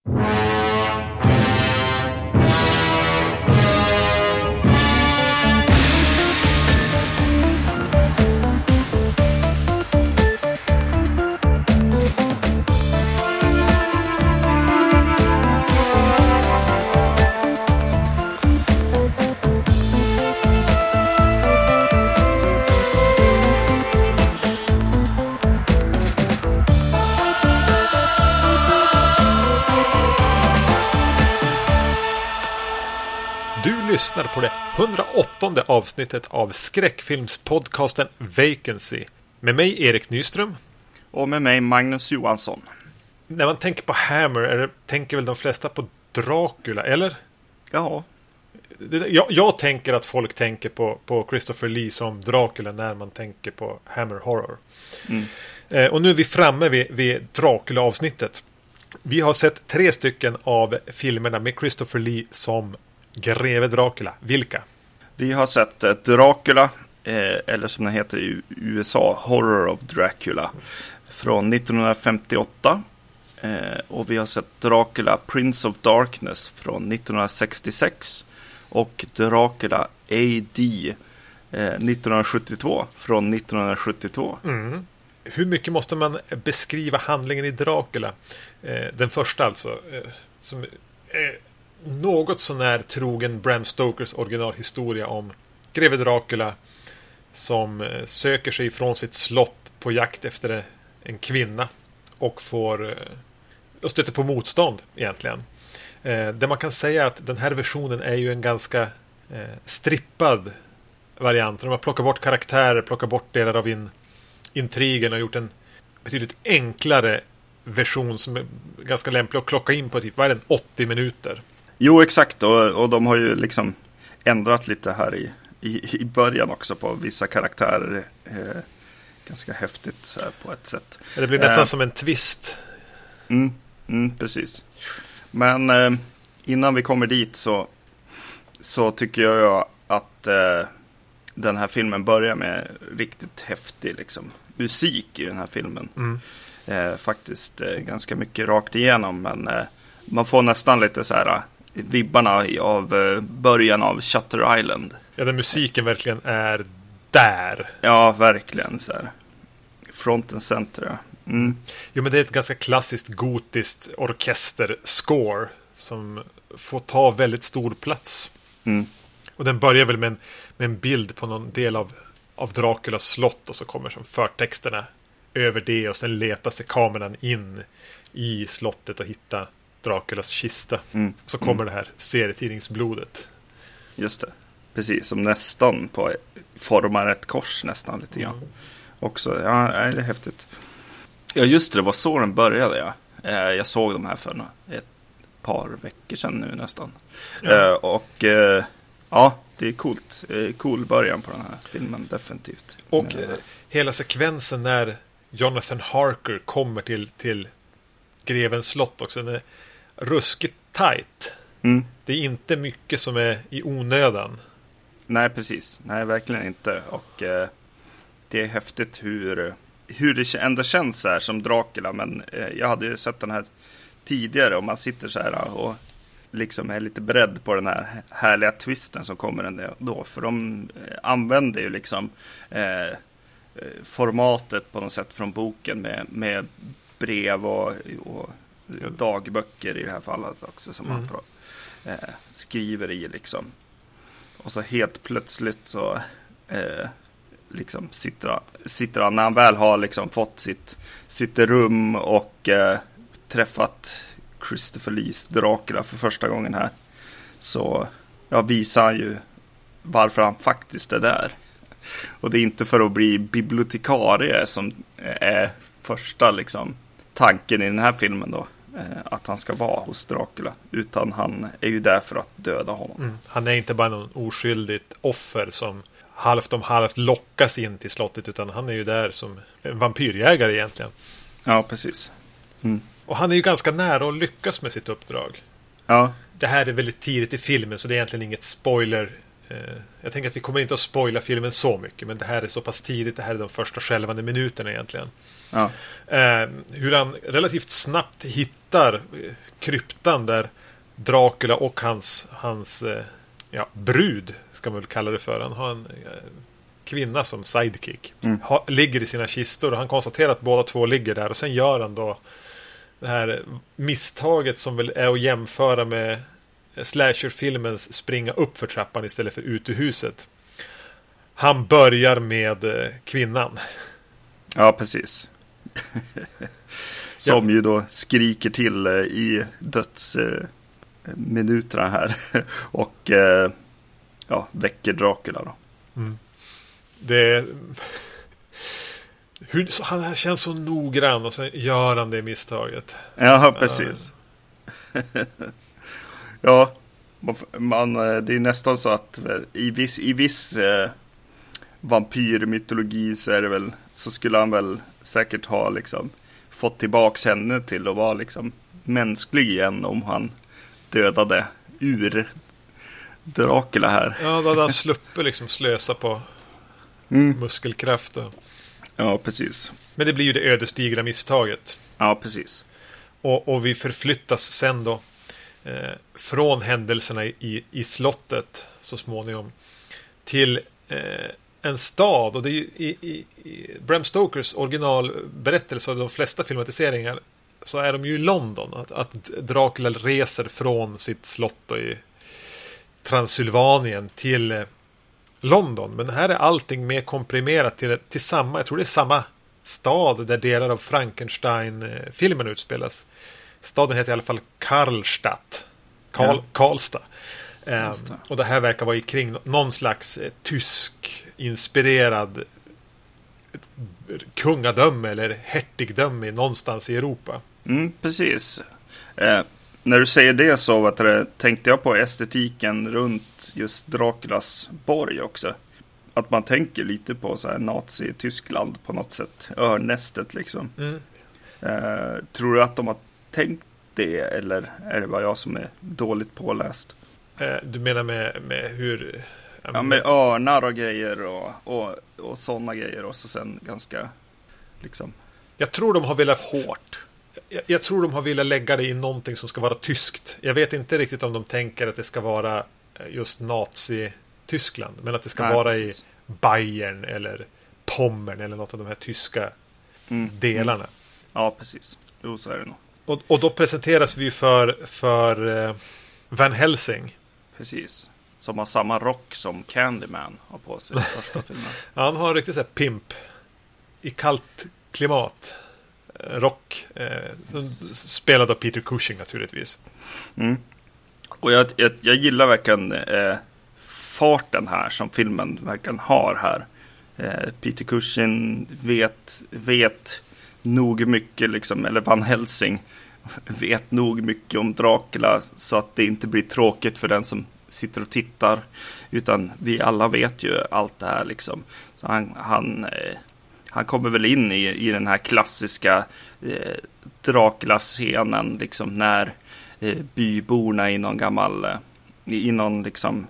Lyssnar på det 108:e avsnittet av skräckfilmspodcasten Vacancy. Med mig Erik Nyström. Och med mig Magnus Johansson. När man tänker på Hammer tänker väl de flesta på Dracula, eller? Ja. Jag tänker att folk tänker på Christopher Lee som Dracula när man tänker på Hammer Horror. Och nu är vi framme vid Dracula-avsnittet. Vi har sett 3 stycken av filmerna med Christopher Lee som greve Dracula. Vilka? Vi har sett Dracula, eller som den heter i USA, Horror of Dracula, från 1958. Och vi har sett Dracula, Prince of Darkness från 1966. Och Dracula AD 1972 från 1972. Hur mycket måste man beskriva handlingen i Dracula? Den första alltså, som något sånär trogen Bram Stokers originalhistoria om greve Dracula som söker sig ifrån sitt slott på jakt efter en kvinna och stöter på motstånd egentligen. Det man kan säga att den här versionen är ju en ganska strippad variant. De har plockat bort karaktärer, plockat bort delar av intrigen och gjort en betydligt enklare version som är ganska lämplig att klocka in på typ, vad är den, 80 minuter. Jo, exakt. Och de har ju liksom ändrat lite här i början också på vissa karaktärer. Ganska häftigt så här, på ett sätt. Det blir nästan som en twist. Precis. Men innan vi kommer dit så tycker jag att den här filmen börjar med riktigt häftig liksom, musik i den här filmen. Faktiskt ganska mycket rakt igenom, men man får nästan lite så här vibbarna av början av Shutter Island. Ja, den musiken verkligen är där. Ja, verkligen så här. Front and center, ja. Jo, men det är ett ganska klassiskt gotiskt orkesterscore som får ta väldigt stor plats. Och den börjar väl med en bild på någon del av Draculas slott och så kommer som förtexterna över det och sen letar sig kameran in i slottet och hittar Draculas kista. Så kommer det här serietidningsblodet. Just det. Precis, som nästan formar ett kors nästan lite grann. Också, ja, det är häftigt. Ja, just det var så den började, ja. Jag såg de här för ett par veckor sedan nu nästan. Och ja, det är coolt. Cool början på den här filmen, definitivt. Och hela sekvensen när Jonathan Harker kommer till grevens slott också, den är ruskigt tight. Det är inte mycket som är i onödan. Nej, precis. Nej, verkligen inte. Och det är häftigt hur det ändå känns så här som Dracula. Men jag hade ju sett den här tidigare och man sitter så här och liksom är lite beredd på den här härliga twisten som kommer ändå då. För de använder ju liksom formatet på något sätt från boken med brev och dagböcker i det här fallet också som man skriver i liksom. Och så helt plötsligt så liksom sitter han när han väl har liksom fått sitt rum och träffat Christopher Lees Dracula för första gången här, så visar han ju varför han faktiskt är där. Och det är inte för att bli bibliotekarie som är första liksom tanken i den här filmen då, att han ska vara hos Dracula, utan han är ju där för att döda honom. Han är inte bara någon oskyldigt offer som halvt om halvt lockas in till slottet, utan han är ju där som en vampyrjägare egentligen. Ja, precis. Och han är ju ganska nära att lyckas med sitt uppdrag. Ja. Det här är väldigt tidigt i filmen, så det är egentligen inget spoiler. Jag tänker att vi kommer inte att spoila filmen så mycket, men det här är så pass tidigt. Det här är de första skälvande minuterna egentligen. Ja. Hur han relativt snabbt hittar kryptan där Dracula och hans brud, ska man väl kalla det för. Han har en kvinna som sidekick. Ligger i sina kistor och han konstaterar att båda två ligger där. Och sen gör han då det här misstaget som väl är att jämföra med slasherfilmens springa upp för trappan istället för ut ur huset. Han börjar med kvinnan. Ja, precis. Som ju då skriker till i dödsminuterna här. Och väcker Dracula då. Han känns så noggrann och sen gör han det misstaget. Ja, precis. Ja, det är nästan så att i viss vampyrmytologi så är det väl, så skulle han väl säkert ha liksom fått tillbaks henne till att vara liksom mänsklig igen om han dödade ur Dracula här. Ja, då hade han sluppit liksom slösa på muskelkraft. Ja, precis. Men det blir ju det ödesdigra misstaget. Ja, precis. Och vi förflyttas sen då från händelserna i slottet så småningom till en stad. Och det är ju i Bram Stokers originalberättelse och de flesta filmatiseringar så är de ju i London. Att Dracula reser från sitt slott i Transylvanien till London. Men här är allting mer komprimerat till samma, jag tror det är samma stad där delar av Frankenstein-filmen utspelas. Staden heter i alla fall Karlstadt. Karlstad. Och det här verkar vara kring någon slags tysk-inspirerad kungadöme eller hertigdöme någonstans i Europa. Precis. När du säger det så tänkte jag på estetiken runt just Draculas borg också. Att man tänker lite på så här Nazi-Tyskland på något sätt. Örnästet liksom. Tror du att de har tänkt det, eller är det bara jag som är dåligt påläst? Du menar med hur... Ja, med örnar och grejer och sådana grejer. Och så sen ganska liksom... Jag tror de har velat hårt. Jag tror de har velat lägga det i någonting som ska vara tyskt. Jag vet inte riktigt om de tänker att det ska vara just Nazi-Tyskland. Men att det ska vara precis. I Bayern eller Pommern eller något av de här tyska delarna. Ja, precis. Jo, så är det nog. Och då presenteras vi för Van Helsing. Precis. Som har samma rock som Candyman har på sig i första filmen. Ja, han har riktigt så här pimp i kallt klimat. Rock. Spelad av Peter Cushing naturligtvis. Och jag gillar verkligen farten här som filmen verkligen har här. Peter Cushing vet nog mycket liksom, eller Van Helsing vet nog mycket om Dracula så att det inte blir tråkigt för den som sitter och tittar, utan vi alla vet ju allt det här liksom. Så han kommer väl in i den här klassiska Dracula-scenen liksom, när byborna i någon gammal liksom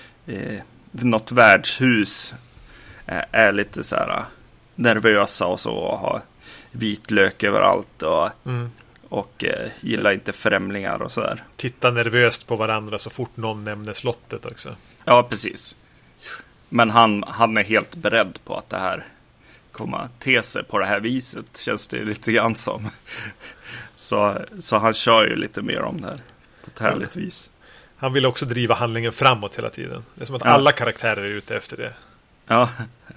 något värdshus är lite så här nervösa och så, och har vitlök överallt och gillar inte främlingar och sådär. Titta nervöst på varandra så fort någon nämner slottet också. Ja, precis. Men han är helt beredd på att det här kommer te sig på det här viset, känns det lite grann som. Så han kör ju lite mer om det här på ett härligt vis. Han vill också driva handlingen framåt hela tiden. Det är som att alla karaktärer är ute efter det. Ja.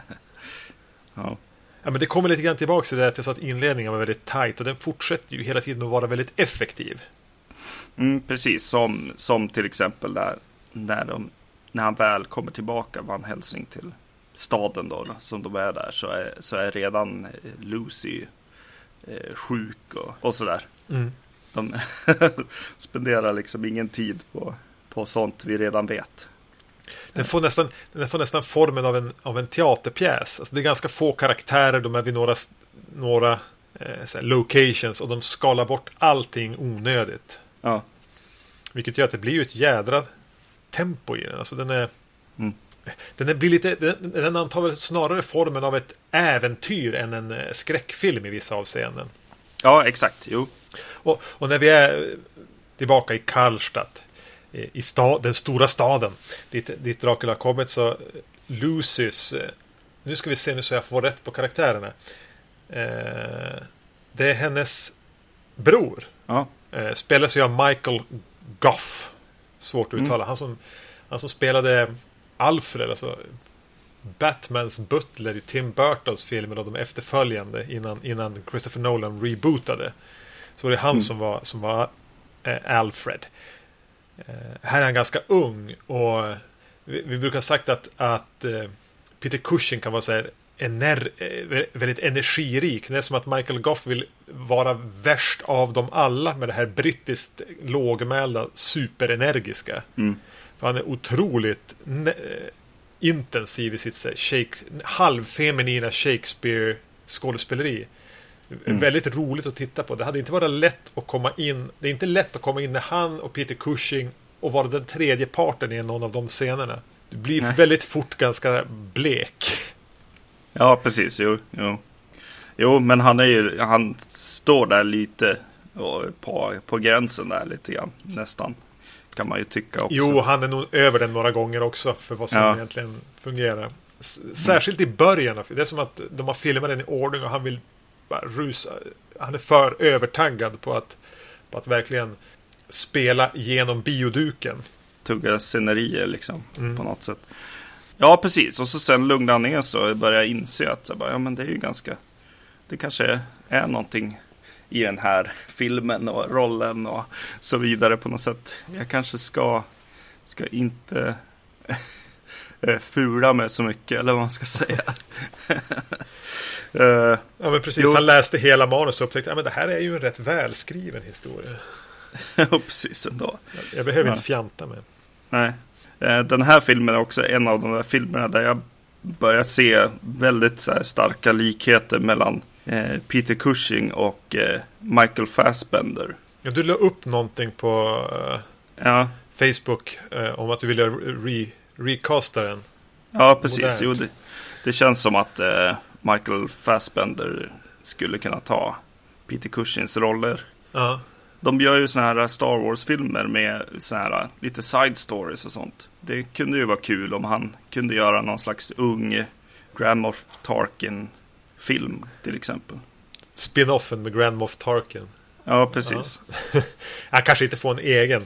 Ja, men det kommer lite grann tillbaka till det att jag sa att inledningen var väldigt tajt och den fortsätter ju hela tiden att vara väldigt effektiv. Precis, som till exempel där när han väl kommer tillbaka, Van Helsing, till staden då som de är där, så är redan Lucy sjuk och sådär. De spenderar liksom ingen tid på sånt vi redan vet. Den får nästan formen av en teaterpjäs. Alltså det är ganska få karaktärer, de är vid några locations och de skalar bort allting onödigt. Ja. Vilket gör att det blir ju ett jädra tempo i den. Alltså den är Den antar väl snarare formen av ett äventyr än en skräckfilm i vissa avseenden. Ja, exakt. Jo. Och när vi är tillbaka i Karlstad, i den stora staden dit Dracula har kommit, så Lucys, nu ska vi se nu så jag får rätt på karaktärerna. Det är hennes bror. Ja. Spelas ju av Michael Gough. Svårt att uttala. Han som spelade Alfred, alltså Batmans butler i Tim Burtons filmer och de efterföljande innan Christopher Nolan rebootade. Så var det han som var Alfred. Här är han ganska ung, och vi brukar ha sagt att Peter Cushing kan vara så här väldigt energirik. Det är som att Michael Gough vill vara värst av dem alla med det här brittiskt lågmälda superenergiska. För han är otroligt intensiv i sitt halvfeminina Shakespeare skådespeleri. Väldigt roligt att titta på. Det hade inte varit lätt att komma in. Det är inte lätt att komma in när han och Peter Cushing och vara den tredje parten i någon av de scenerna. Du blir väldigt fort ganska blek. Ja, precis. Jo, men han står där lite på gränsen där lite grann, nästan. Kan man ju tycka också. Jo, han är nog över den några gånger också för vad som egentligen fungerar. Särskilt i början. Det är som att de har filmat den i ordning och han vill bara rusa. Han är för övertaggad på att verkligen spela genom bioduken. Tugga scenerier liksom på något sätt. Ja, precis. Och så sen lugnar han ner så och börjar inse att men det är ju ganska, det kanske är någonting i den här filmen och rollen och så vidare på något sätt. Jag kanske ska inte fula mig så mycket, eller vad man ska säga. Ja, men precis. Han läste hela manus och upptäckte att det här är ju en rätt välskriven historia. Ja, precis ändå. Jag behöver inte fjanta med. Nej. Den här filmen är också en av de där filmerna där jag börjar se väldigt så här starka likheter mellan Peter Cushing och Michael Fassbender. Ja, du la upp någonting på Facebook om att du ville recasta den. Ja, precis. Jo, det känns som att Michael Fassbender skulle kunna ta Peter Cushings roller. Ja. De gör ju såna här Star Wars-filmer med såna här lite side stories och sånt. Det kunde ju vara kul om han kunde göra någon slags ung Grand Moff Tarkin-film till exempel. Spin-offen med Grand Moff Tarkin. Ja, precis. Ja. Jag kanske inte får en egen.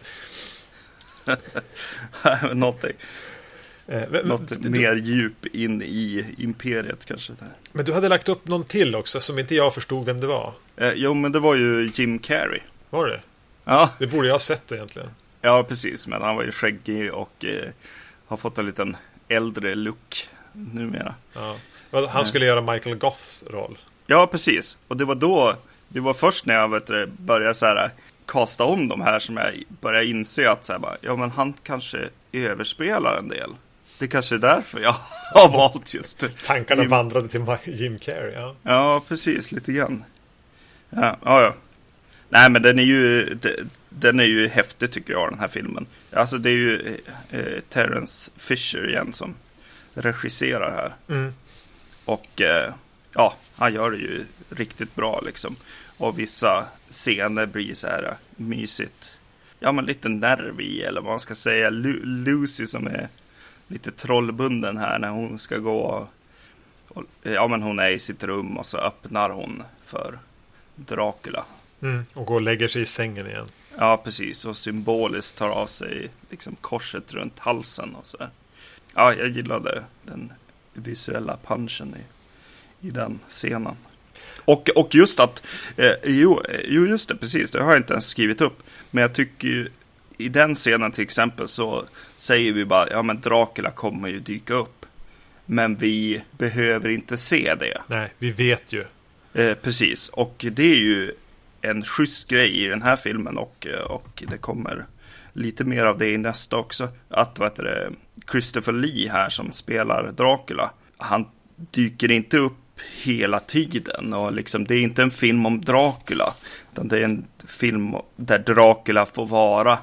Något mer djup in i imperiet kanske. Där. Men du hade lagt upp någon till också som inte jag förstod vem det var. Jo, men det var ju Jim Carrey. Var det? Ja. Det borde jag ha sett egentligen. Ja, precis. Men han var ju skäggig och har fått en liten äldre look numera. Ja. Han skulle göra Michael Goughs roll. Ja, precis. Och det var först när jag började så här kasta om de här som jag började inse att så här, men han kanske överspelar en del. Det kanske är därför jag har valt just det. Tankarna vandrade till Jim Carrey, ja. Ja, precis, lite grann. Ja. Nej, men den är ju häftig tycker jag, den här filmen. Alltså det är ju Terence Fisher igen som regisserar här. Och han gör det ju riktigt bra liksom. Och vissa scener blir så här mysigt. Ja, men lite nervig eller vad man ska säga. Lucy som är lite trollbunden här när hon ska gå men hon är i sitt rum och så öppnar hon för Dracula. Och går och lägger sig i sängen igen. Ja, precis. Och symboliskt tar av sig liksom korset runt halsen och så där. Ja, jag gillade den visuella punchen i den scenen. Och just att just det, precis, det har jag inte ens skrivit upp. Men jag tycker ju i den scenen till exempel så säger vi bara, men Dracula kommer ju dyka upp. Men vi behöver inte se det. Nej, vi vet ju. Precis, och det är ju en schysst grej i den här filmen och det kommer lite mer av det i nästa också. Att Christopher Lee här som spelar Dracula, han dyker inte upp hela tiden och liksom, det är inte en film om Dracula utan det är en film där Dracula får vara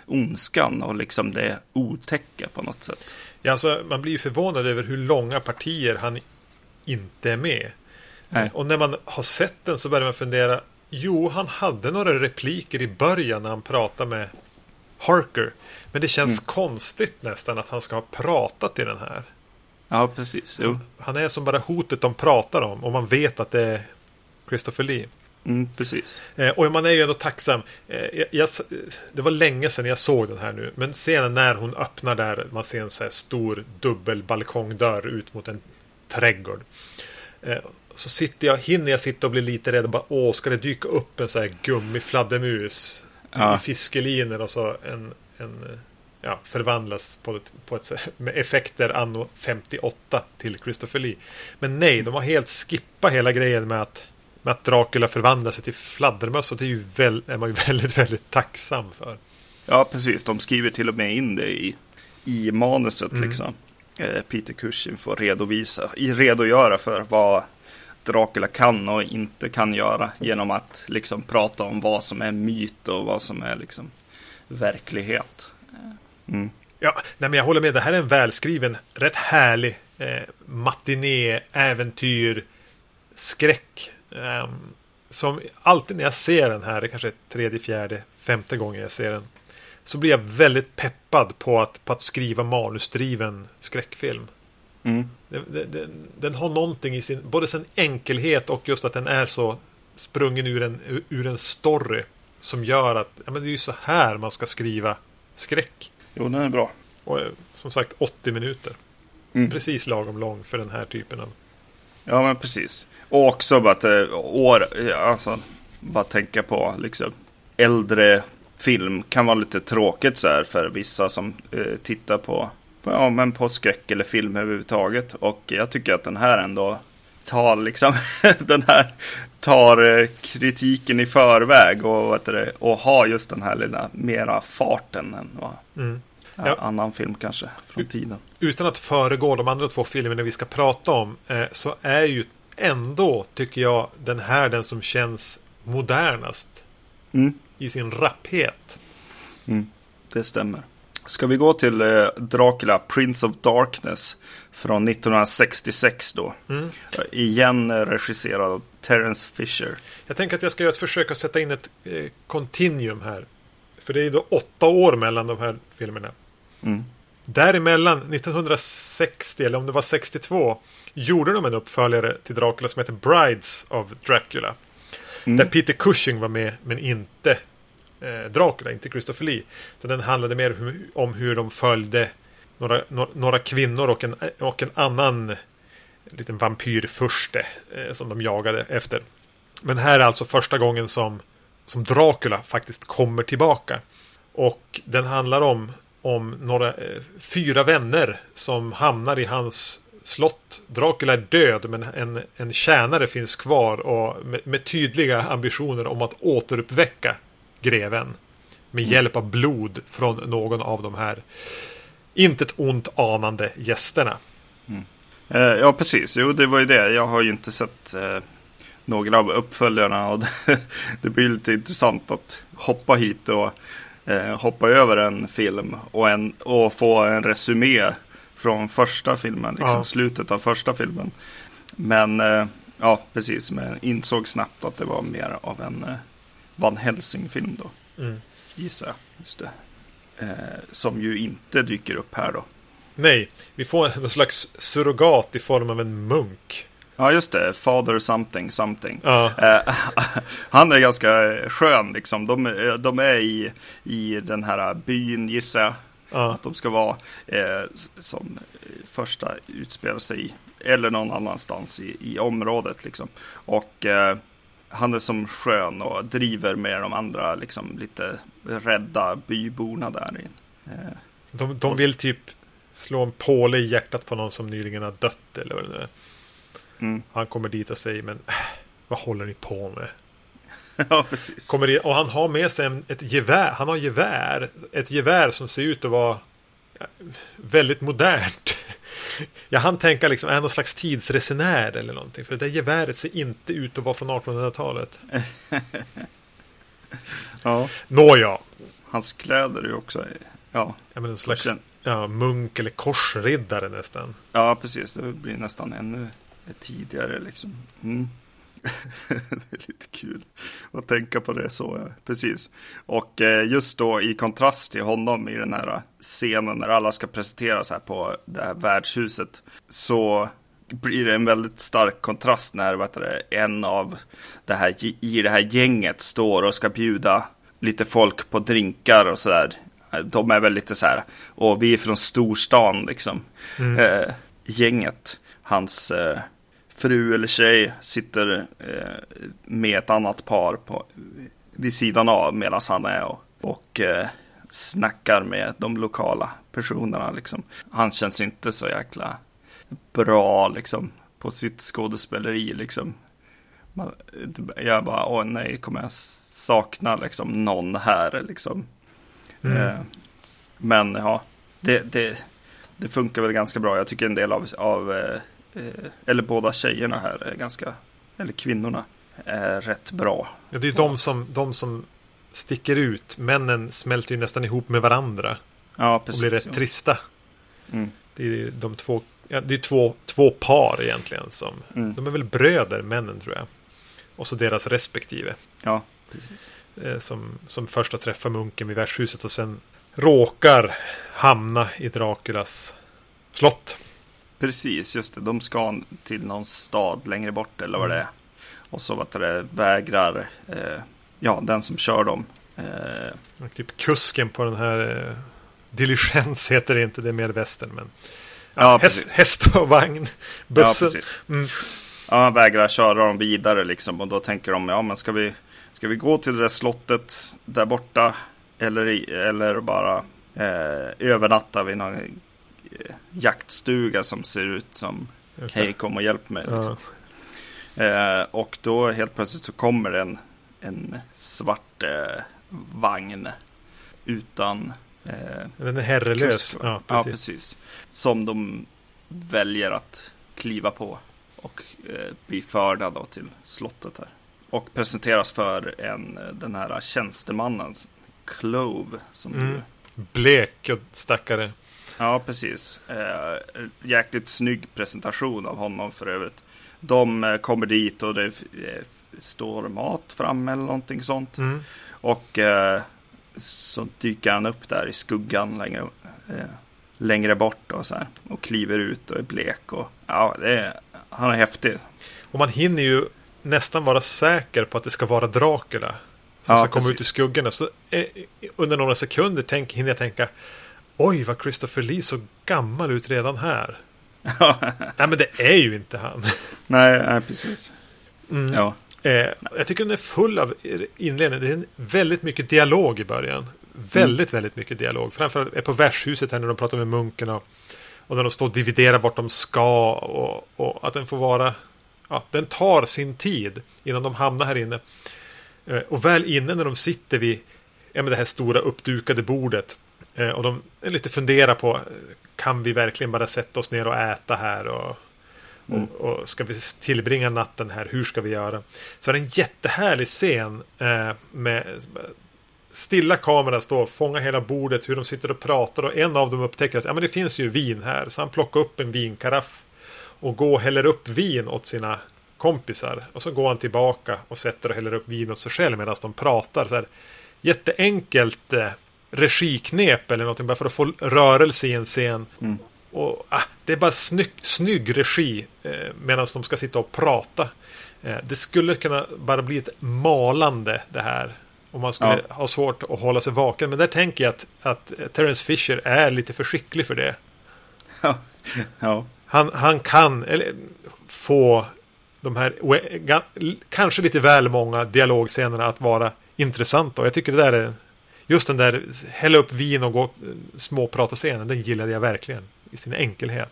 ondskan och liksom det otäcka på något sätt. Ja, alltså, man blir ju förvånad över hur långa partier han inte är med. Nej. Och när man har sett den så börjar man fundera, jo, han hade några repliker i början när han pratade med Harker. Men det känns konstigt nästan att han ska ha pratat i den här. Ja, precis. Jo. Han är som bara hotet de pratar om. Och man vet att det är Christopher Lee. Precis. Och man är ju ändå tacksam. Det var länge sedan jag såg den här nu. Men scenen när hon öppnar där. Man ser en så här stor dubbel balkongdörr ut mot en trädgård. Så hinner jag sitta och bli lite rädd. Bara, ska det dyka upp en så här gummifladdermus i fiskeliner och så förvandlas på ett med effekter anno 58 till Christopher Lee. Men nej, de har helt skippat hela grejen med att Dracula förvandlar sig till fladdermöss, och det är man ju väldigt, väldigt tacksam för. Ja, precis. De skriver till och med in det i manuset liksom. Peter Cushing får redogöra för vad Dracula kan och inte kan göra genom att liksom prata om vad som är myt och vad som är liksom verklighet. Ja, men jag håller med. Det här är en välskriven, rätt härlig matiné, äventyr, skräck. Som alltid när jag ser den här, det kanske är 3:e, 4:e, 5:e gången jag ser den, så blir jag väldigt peppad på att skriva manusdriven skräckfilm. Den har någonting i både sin enkelhet och just att den är så sprungen ur en story som gör att det är ju så här man ska skriva skräck. Jo, den är bra. Och som sagt 80 minuter. Precis lagom lång för den här typen av... Ja, men precis. Och också bara tänka på liksom äldre film kan vara lite tråkigt så här för vissa som tittar på skräck eller film överhuvudtaget. Och jag tycker att den här ändå tar liksom tar kritiken i förväg och har just den här lilla mera farten än annan film kanske från tiden. Utan att föregå de andra 2 filmerna vi ska prata om, så är ju ändå, tycker jag, den som känns modernast i sin rapphet. Det stämmer. Ska vi gå till Dracula, Prince of Darkness från 1966 då. Igen regisserad av Terence Fisher. Jag tänker att jag ska göra ett försök att sätta in ett continuum här. För det är då 8 år mellan de här filmerna. Däremellan 1960, eller om det var 62, gjorde de en uppföljare till Dracula som heter Brides of Dracula. Där Peter Cushing var med, men inte Dracula, inte Christopher Lee. Så den handlade mer om hur de följde några kvinnor och en annan liten vampyrfurste som de jagade efter. Men här är alltså första gången som Dracula faktiskt kommer tillbaka. Och den handlar om 4 vänner som hamnar i hans slott. Dracula är död, men en tjänare finns kvar och med tydliga ambitioner om att återuppväcka greven med hjälp av blod från någon av de här inte ett ont anande gästerna. Ja, precis. Jo, det var ju det. Jag har ju inte sett några av uppföljarna och det blir lite intressant att hoppa hit och hoppa över en film och få en resumé från första filmen, liksom slutet av första filmen. Men precis, men insåg snabbt att det var mer av en Van Helsing-film då. Gissar jag. Just det. Som ju inte dyker upp här då. Nej, vi får en slags surrogat i form av en munk. Ja, just det. Father something. Han är ganska skön liksom. De är i den här byn, gissar jag. Att de ska vara som första utspelar sig i, eller någon annanstans i området liksom. Och han är som skön och driver med de andra liksom lite rädda byborna där. De vill typ slå en påle i hjärtat på någon som nyligen har dött eller vad det är. Han kommer dit och säger, men vad håller ni på med? Ja, precis. Och han har med sig ett gevär. Han har ett gevär som ser ut att vara väldigt modernt. Han tänker liksom, är någon slags tidsresenär eller någonting. För det där geväret ser inte ut att vara från 1800-talet. Ja. Nåja. hans kläder är ju också... Ja, men en slags munk eller korsriddare nästan. Ja, precis. Det blir nästan ännu tidigare liksom. Det är lite kul att tänka på det så, ja. Precis. Och just då i kontrast till honom i den här scenen när alla ska presenteras här på det här värdshuset, så blir det en väldigt stark kontrast när en av det här gänget står och ska bjuda lite folk på drinkar och sådär. De är väl lite så här, och vi är från storstan liksom. Gänget, hans fru eller tjej sitter med ett annat par vid sidan av medan han är och snackar med de lokala personerna liksom. Han känns inte så jäkla bra liksom på sitt skådespeleri liksom. Jag bara, nej, kommer jag sakna liksom någon här liksom. Men ja, det funkar väl ganska bra. Jag tycker en del eller båda tjejerna här är ganska, eller kvinnorna är rätt bra. Ja, det är ju de som sticker ut. Männen smälter ju nästan ihop med varandra. Ja, precis. Och blir rätt trista. Det är de två, det är två par egentligen som, de är väl bröder, männen tror jag. Och så deras respektive. Ja, precis. Som första träffar munken vid värdshuset och sen råkar hamna i Draculas slott. Precis, just det. De ska till någon stad längre bort eller vad det är. Och så vägrar den som kör dem. Typ kusken på den här diligens heter det inte, det är mer västern. Men häst och vagn, bussen. Ja, precis. Ja, vägrar köra dem vidare liksom. Och då tänker de, men ska vi gå till det där slottet där borta eller bara övernatta vid någon jaktstuga som ser ut som hej, kom och hjälp mig liksom. Och då helt plötsligt så kommer det en svart vagn utan den är herrelös. Ja, precis. Som de väljer att kliva på och bli förda då till slottet här. Och presenteras för den här tjänstemannen Clove som blek och stackare. Ja, precis. Jäkligt snygg presentation av honom för övrigt. De kommer dit och det står mat fram eller någonting sånt. Och så dyker han upp där i skuggan längre bort och så här, och kliver ut och är blek. Och, han är häftig. Och man hinner ju nästan vara säker på att det ska vara Dracula som ska komma ut i skuggorna. Så under några sekunder hinner jag tänka, oj, vad Christopher Lee så gammal ut redan här. Nej, men det är ju inte han. Nej, precis. Ja. Jag tycker den är full av inledning. Det är väldigt mycket dialog i början. Väldigt mycket dialog. Framförallt är på värdshuset här när de pratar med munkarna och när de står och dividerar vart de ska och att den får vara... Ja, den tar sin tid innan de hamnar här inne. Och väl inne när de sitter vid det här stora uppdukade bordet och de är lite fundera på, kan vi verkligen bara sätta oss ner och äta här och ska vi tillbringa natten här, hur ska vi göra? Så är det en jättehärlig scen med stilla kamera står och fångar hela bordet, hur de sitter och pratar, och en av dem upptäcker att men det finns ju vin här, så han plockar upp en vinkaraff och går och häller upp vin åt sina kompisar, och så går han tillbaka och sätter och häller upp vin åt sig själv medan de pratar. Så här, jätteenkelt regiknep eller någonting, bara för att få rörelse i en scen. Och det är bara snygg regi medan de ska sitta och prata. Det skulle kunna bara bli ett malande det här om man skulle ha svårt att hålla sig vaken. Men där tänker jag att Terence Fisher är lite för skicklig för det. Ja. Han kan få de här kanske lite väl många dialogscenerna att vara intressanta. Och jag tycker det där är just den där hälla upp vin och gå småprata scenen, den gillade jag verkligen i sin enkelhet.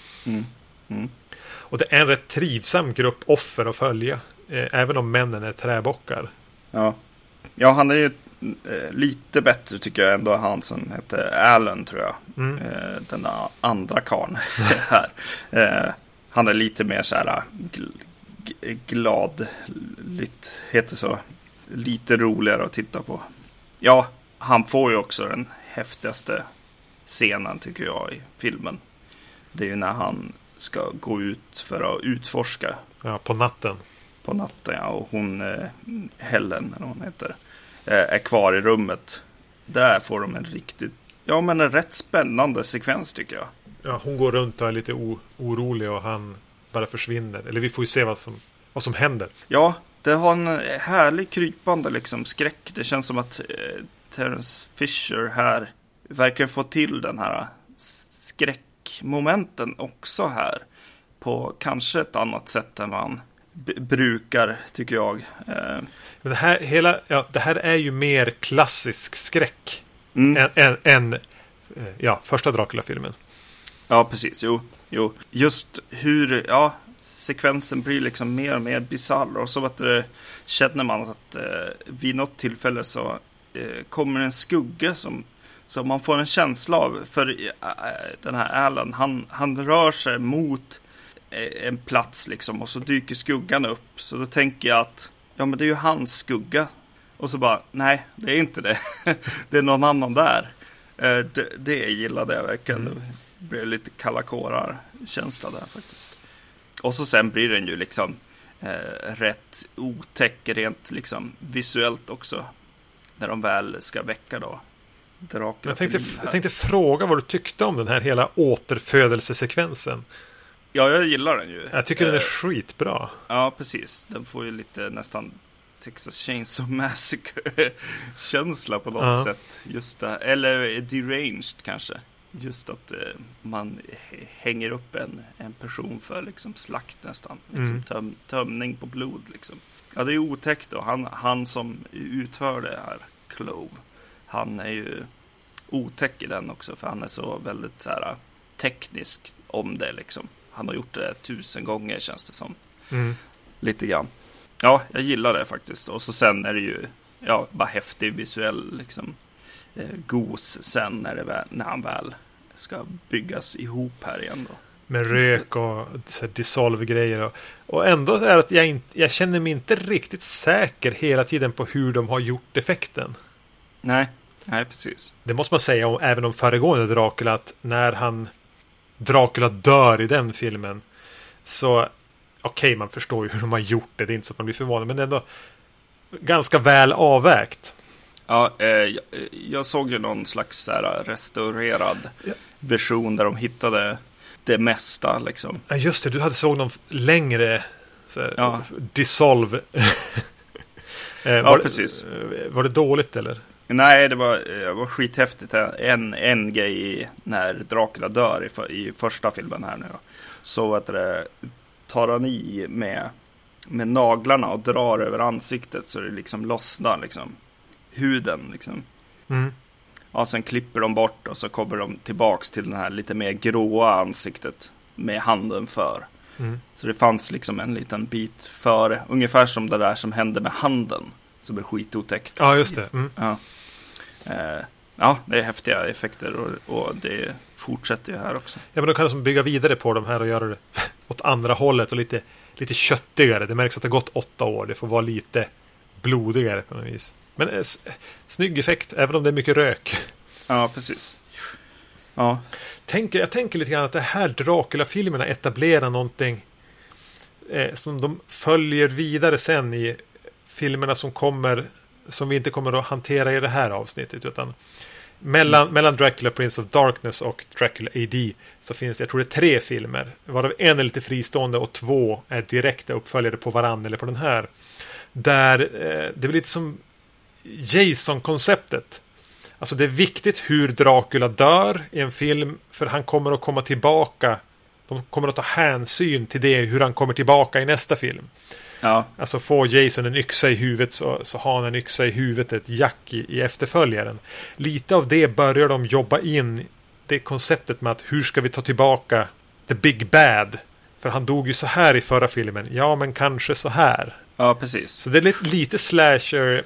Och det är en rätt trivsam grupp offer att följa, även om männen är träbockar. Ja, han är ju lite bättre tycker jag ändå, han som heter Alan tror jag. Den andra karln här. Han är lite mer så här glad, heter så, lite roligare att titta på. Ja, han får ju också den häftigaste scenen tycker jag i filmen. Det är ju när han ska gå ut för att utforska. Ja, på natten. På natten, ja. Och hon, Helen, eller hon heter, är kvar i rummet. Där får de en rätt spännande sekvens tycker jag. Ja, hon går runt och är lite orolig och han bara försvinner. Eller vi får ju se vad som händer. Ja, det har en härlig krypande liksom skräck. Det känns som att Terence Fisher här verkar få till den här skräckmomenten också här. På kanske ett annat sätt än vad han brukar, tycker jag. Men det här är ju mer klassisk skräck än första Dracula-filmen. Ja, precis. Jo. Just hur sekvensen blir liksom mer och mer bizarr. Och så känner man att vid något tillfälle så kommer en skugga som man får en känsla av. För den här Alan, han rör sig mot en plats liksom, och så dyker skuggan upp. Så då tänker jag att men det är ju hans skugga. Och så bara, nej, det är inte det. Det är någon annan där. Det gillade jag verkligen. Det blir lite kalla kårar känsla där faktiskt. Och så sen blir den ju liksom rätt otäck rent liksom visuellt också. När de väl ska väcka då Dracula. Jag tänkte fråga vad du tyckte om den här hela återfödelsesekvensen. Ja, jag gillar den ju. Jag tycker den är skitbra. Ja, precis. Den får ju lite nästan Texas Chainsaw Massacre-känsla på något sätt. Just det. Eller deranged kanske. Just att man hänger upp en person för liksom slakt nästan. Liksom tömning på blod liksom. Ja, det är otäckt då. Han som utför det här, Clove, han är ju otäck i den också. För han är så väldigt så här teknisk om det liksom. Han har gjort det 1000 gånger känns det som. Lite grann. Ja, jag gillar det faktiskt. Och så sen är det ju bara häftig visuell liksom gos sen när han väl ska byggas ihop här igen då. Med rök och dissolve-grejer. Och ändå är det att jag känner mig inte riktigt säker hela tiden på hur de har gjort effekten. Nej, precis. Det måste man säga även om föregående Dracula, att när Dracula dör i den filmen så okej, man förstår ju hur de har gjort det. Det är inte så att man blir förvånad, men det är ändå ganska väl avvägt. Ja, jag såg ju någon slags så här restaurerad version där de hittade det mesta liksom. Ja, just det, du hade såg någon längre dissolve. Precis. Var det dåligt eller? Nej, det var skithäftigt. En grej när Dracula dör i första filmen här nu då. Så att tar han i med naglarna och drar över ansiktet så det liksom lossnar liksom huden liksom. Ja, sen klipper de bort och så kommer de tillbaks till den här lite mer gråa ansiktet med handen för. Så det fanns liksom en liten bit före, ungefär som det där som hände med handen som är skitotäckt. Ja, just det. Ja, det är häftiga effekter och det fortsätter ju här också. Ja, men de kan liksom bygga vidare på de här och göra det åt andra hållet och lite köttigare. Det märks att det har gått 8 år. Det får vara lite blodigare på något vis. Men snygg effekt, även om det är mycket rök. Ja, precis. Ja. Jag tänker lite grann att det här Dracula-filmerna etablerar någonting som de följer vidare sen i filmerna som vi inte kommer att hantera i det här avsnittet, utan mellan Dracula Prince of Darkness och Dracula AD så finns det, jag tror det är 3 filmer, varav en är lite fristående och 2 är direkta uppföljare på varann eller på den här, där det blir lite som Jason-konceptet. Alltså det är viktigt hur Dracula dör i en film, för han kommer att komma tillbaka. De kommer att ta hänsyn till det, hur han kommer tillbaka i nästa film. Ja. Alltså får Jason en yxa i huvudet så har han en yxa i huvudet, ett jack i efterföljaren. Lite av det börjar de jobba in, det konceptet med att hur ska vi ta tillbaka the big bad? För han dog ju så här i förra filmen. Ja, men kanske så här. Ja, precis. Så det är lite slasher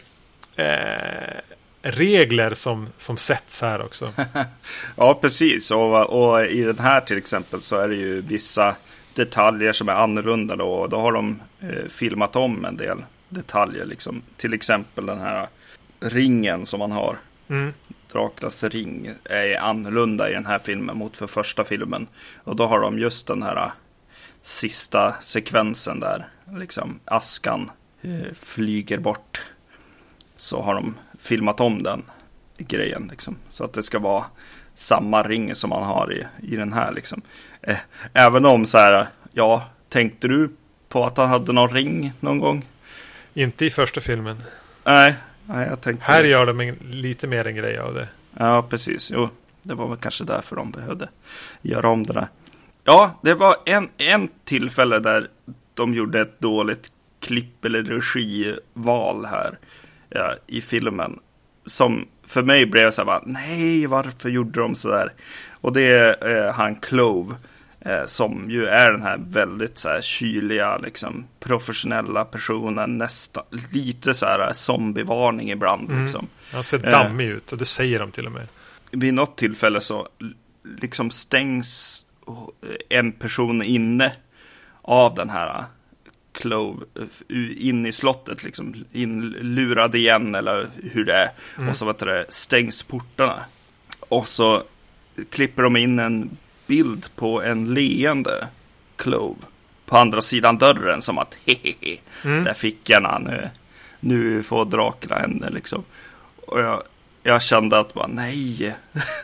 regler som sätts här också. Ja, precis. Och i den här till exempel så är det ju vissa detaljer som är annorlunda då. Och då har de filmat om en del detaljer liksom. Till exempel den här ringen som man har Draculas ring är annorlunda i den här filmen mot för första filmen. Och då har de just den här sista sekvensen där liksom askan flyger bort. Så har de filmat om den grejen liksom. Så att det ska vara samma ring som man har i den här liksom. Även om så här, ja, tänkte du på att han hade någon ring någon gång? Inte i första filmen. Nej, jag tänkte... Här gör de lite mer en grej av det. Ja, precis. Jo, det var väl kanske därför de behövde göra om det där. Ja, det var en tillfälle där de gjorde ett dåligt klipp eller regival här i filmen. Som för mig blev så här bara, nej, varför gjorde de så där? Och det är han Clove. Som ju är den här väldigt så här kyliga, liksom, professionella personen, nästan lite så här zombievarning ibland. Liksom. Han ser dammig ut, och det säger de till och med. Vid något tillfälle så liksom stängs en person inne av den här Clove in i slottet, liksom, lurad igen eller hur det är. Och så stängs portarna. Och så klipper de in en bild på en leende Clove på andra sidan dörren, som att hehehe, där fick jag nu får Dracula henne liksom. Och jag kände att bara, nej.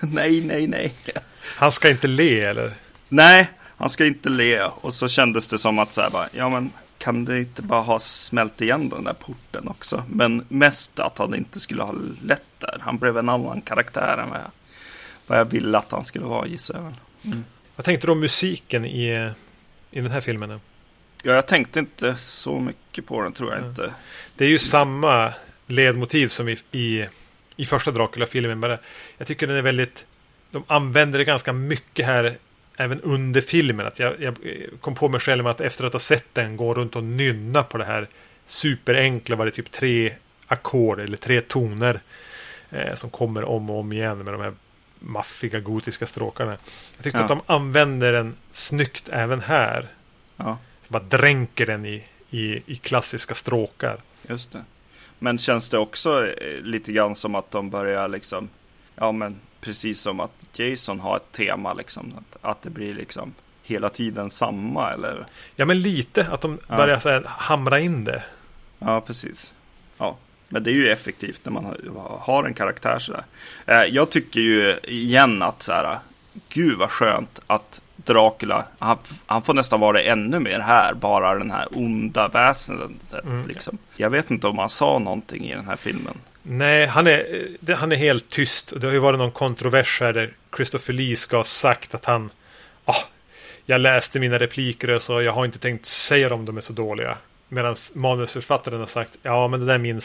Han ska inte le, eller? Nej, han ska inte le. Och så kändes det som att så här bara, ja men kan det inte bara ha smält igen den där porten också? Men mest att han inte skulle ha lätt där. Han blev en annan karaktär än vad jag ville att han skulle vara, gissar jag väl. Vad tänkte du om musiken i den här filmen? Ja, jag tänkte inte så mycket på den, tror jag inte. Det är ju samma ledmotiv som i första Dracula-filmen. Bara, jag tycker den är väldigt... De använder det ganska mycket här även under filmen. Att jag kom på mig själv att efter att ha sett den gå runt och nynna på det här superenkla, var det typ 3 ackord eller 3 toner som kommer om och om igen med de här maffiga gotiska stråkarna. Jag tyckte att de använder den snyggt även här. Ja. Bara dränker den i klassiska stråkar. Just det. Men känns det också lite grann som att de börjar liksom, ja men precis som att Jason har ett tema liksom, att det blir liksom hela tiden samma, eller? Ja, men lite att de börjar så här, hamra in det. Ja, precis. Ja. Men det är ju effektivt när man har en karaktär sådär. Jag tycker ju igen att så här, gud vad skönt att Dracula, han får nästan vara ännu mer här, bara den här onda väsendet liksom. Jag vet inte om han sa någonting i den här filmen. Nej, han är helt tyst. Det har ju varit någon kontrovers här där Christopher Lee ska ha sagt att han jag läste mina repliker så jag har inte tänkt säga om de är så dåliga. Medan manusförfattaren har sagt, ja men det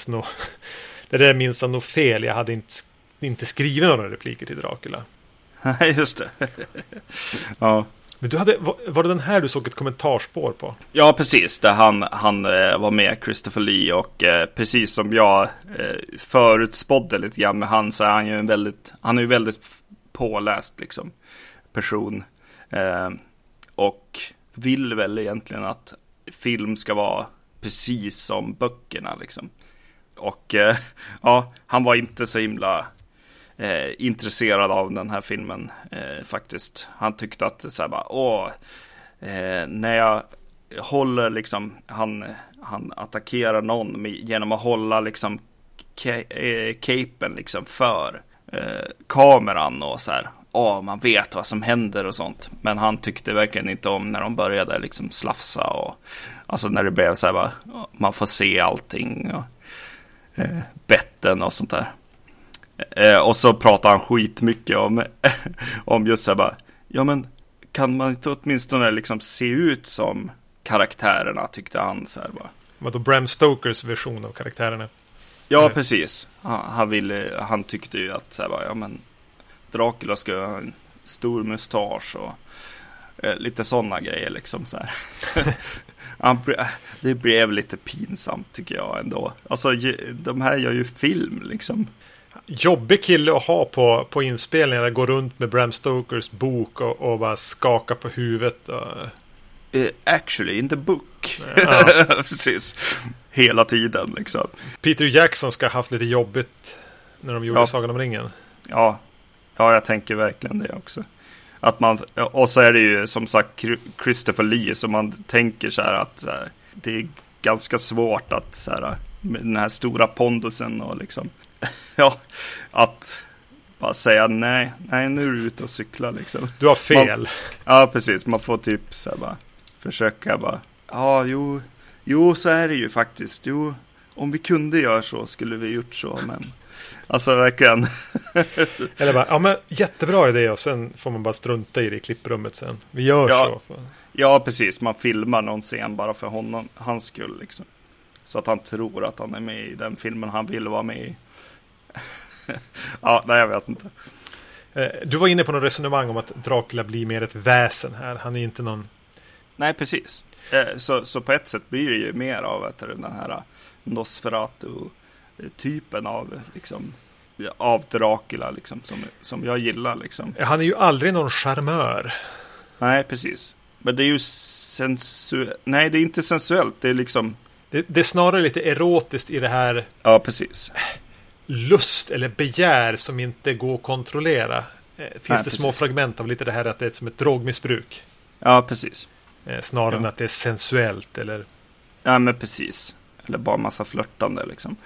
där minns han nog fel. Jag hade inte skrivit några repliker till Dracula. Nej, just det. Ja. Men var det den här du såg ett kommentarspår på? Ja, precis. Där han var med, Christopher Lee, och precis som jag förutspådde lite grann med han, så är han är ju väldigt påläst liksom, person. Och vill väl egentligen att film ska vara precis som böckerna liksom. Och han var inte så himla intresserad av den här filmen faktiskt. Han tyckte att så här bara, när jag håller liksom, han attackerar någon genom att hålla liksom capen liksom för kameran och så här. Man vet vad som händer och sånt. Men han tyckte verkligen inte om när de började liksom slafsa och alltså när det blev så här bara, man får se allting och betten och sånt där. Och så pratar han skitmycket om just så här bara, ja men kan man inte åtminstone liksom se ut som karaktärerna, tyckte han så här bara. Vadå, Bram Stokers version av karaktärerna? Ja, precis. Han tyckte ju att så här bara, ja men Dracula ska ha en stor mustasch och lite sådana grejer liksom så här. Det blev lite pinsamt tycker jag ändå. Alltså de här gör ju film liksom. Jobbig kille att ha på inspelningar, gå runt med Bram Stokers bok och bara skaka på huvudet. Actually, in the book. Ja. Precis. Hela tiden liksom. Peter Jackson ska ha haft lite jobbigt när de gjorde Sagan om ringen. Ja, jag tänker verkligen det också. Att man, och så är det ju som sagt Christopher Lee, så man tänker så här att så här, det är ganska svårt att så här, med den här stora pondusen och liksom att bara säga nej, nu är du ute och cykla liksom. Du har fel. Ja, precis. Man får typ så här bara försöka bara, jo, så är det ju faktiskt. Jo, om vi kunde göra så skulle vi gjort så, men alltså verkligen. Eller bara, men jättebra idé, och sen får man bara strunta i det i klipprummet sen. Vi gör så. Ja, precis. Man filmar någon scen bara för hans skull liksom. Så att han tror att han är med i den filmen han vill vara med i. Ja, nej, jag vet inte. Du var inne på något resonemang om att Dracula blir mer ett väsen här. Han är inte någon... Nej, precis. Så på ett sätt blir det ju mer av den här Nosferatu-typen av liksom, av Dracula liksom, som jag gillar liksom. Han är ju aldrig någon charmör. Nej, precis. Men det är ju nej, det är inte sensuellt. Det är liksom... Det är snarare lite erotiskt i det här... Ja, precis. Lust eller begär som inte går att kontrollera. Finns det små fragment av lite det här att det är som ett drogmissbruk? Ja, precis. Snarare än att det är sensuellt eller... Ja, men precis. Eller bara massa flörtande liksom.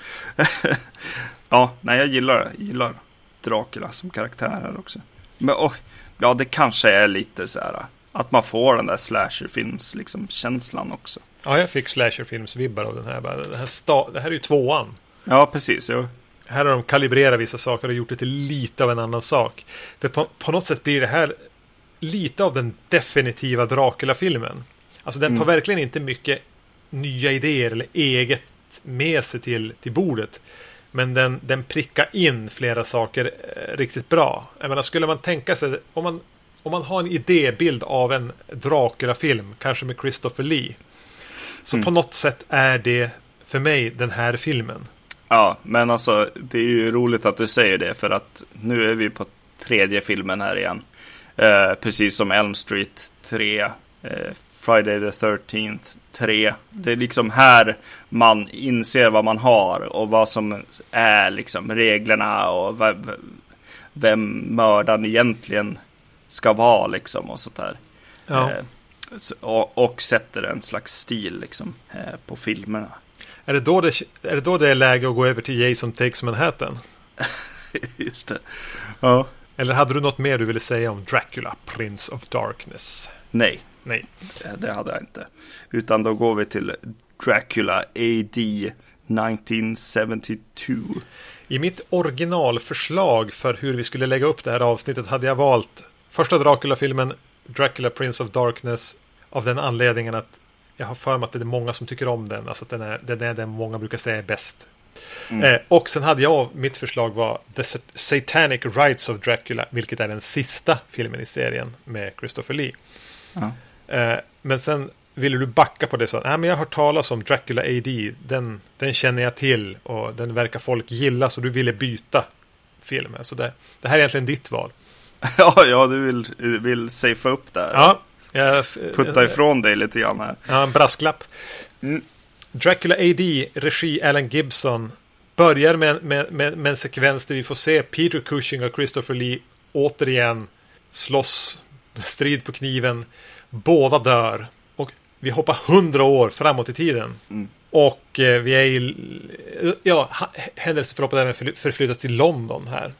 Ja, nej, jag gillar Dracula som karaktär här också. Men det kanske är lite så här att man får den där slasherfilms liksom känslan också. Ja, jag fick slasherfilms-vibbar av den här. Det här är ju 2:an. Ja, precis. Jo. Här har de kalibrerat vissa saker och gjort det till lite av en annan sak. För på något sätt blir det här lite av den definitiva Dracula-filmen. Alltså den tar verkligen inte mycket nya idéer eller eget med sig till bordet. Men den prickar in flera saker riktigt bra. Jag menar, skulle man tänka sig, om man har en idébild av en Dracula-film, kanske med Christopher Lee, så på något sätt är det för mig den här filmen. Ja, men alltså det är ju roligt att du säger det, för att nu är vi på 3:e filmen här igen. Precis som Elm Street 3, Friday the 13th 3. Det är liksom här man inser vad man har och vad som är liksom reglerna och vem mördaren egentligen ska vara liksom och sånt där. Ja. Och sätter en slags stil liksom på filmerna. Är det då det är läge att gå över till Jason Takes Manhattan? Just det. Ja. Eller hade du något mer du ville säga om Dracula, Prince of Darkness? Nej, det hade jag inte. Utan då går vi till Dracula AD 1972. I mitt originalförslag för hur vi skulle lägga upp det här avsnittet hade jag valt första Dracula-filmen, Dracula Prince of Darkness, av den anledningen att jag har för mig att det är många som tycker om den. Alltså att den är den många brukar säga är bäst. Och sen hade mitt förslag var The Satanic Rites of Dracula, vilket är den sista filmen i serien med Christopher Lee. Ja. Men sen ville du backa på det, så men jag har hört talas om Dracula AD, den känner jag till och den verkar folk gilla, så du ville byta film. Så det här är egentligen ditt val. Ja, du vill safea upp där. Ja. Putta ifrån dig lite grann här. Ja, en brasklapp. Dracula AD, regi Alan Gibson, börjar med en sekvens där vi får se Peter Cushing och Christopher Lee återigen slåss, strid på kniven. Båda dör. Och vi hoppar 100 år framåt i tiden. Och vi är i... händelseförloppet även förflyttas till London här.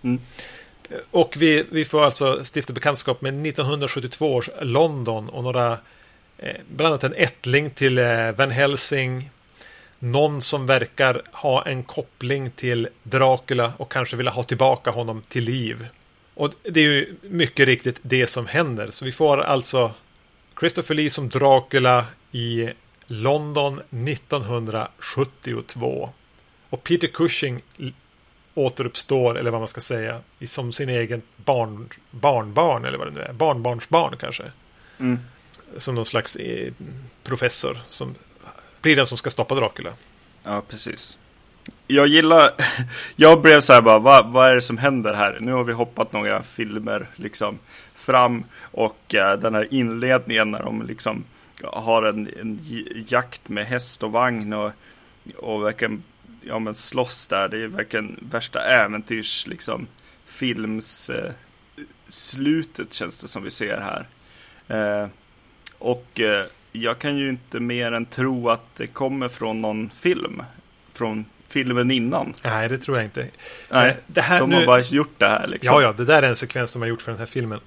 Och vi får alltså stifta bekantskap med 1972 års London och några, bland annat en ättling till Van Helsing, någon som verkar ha en koppling till Dracula och kanske vilja ha tillbaka honom till liv. Och det är ju mycket riktigt det som händer. Så vi får alltså Christopher Lee som Dracula i London 1972. Och Peter Cushing återuppstår, eller vad man ska säga, som sin egen barnbarn, eller vad det nu är. Barnbarnsbarn kanske. Som någon slags professor som blir den som ska stoppa Dracula. Ja, precis. Jag blev så här bara, vad är det som händer här? Nu har vi hoppat några filmer liksom fram, och den här inledningen när de liksom har en jakt med häst och vagn och verkligen men slåss där. Det är verkligen värsta äventyrs liksom films slutet känns det som vi ser här. Och jag kan ju inte mer än tro att det kommer från någon film. Från filmen innan. Nej, det tror jag inte. Nej, det här de har bara gjort det här liksom. Ja, det där är en sekvens de har gjort för den här filmen.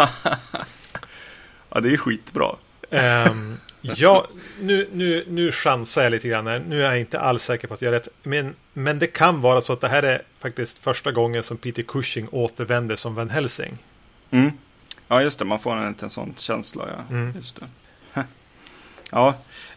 Ja, det är skitbra. Ja, nu chansar jag lite grann här. Nu är jag inte alls säker på att jag är rätt. Men det kan vara så att det här är faktiskt första gången som Peter Cushing återvänder som Van Helsing. Mm. Ja, just det. Man får en sån känsla, ja. Mm. Just det. Ja,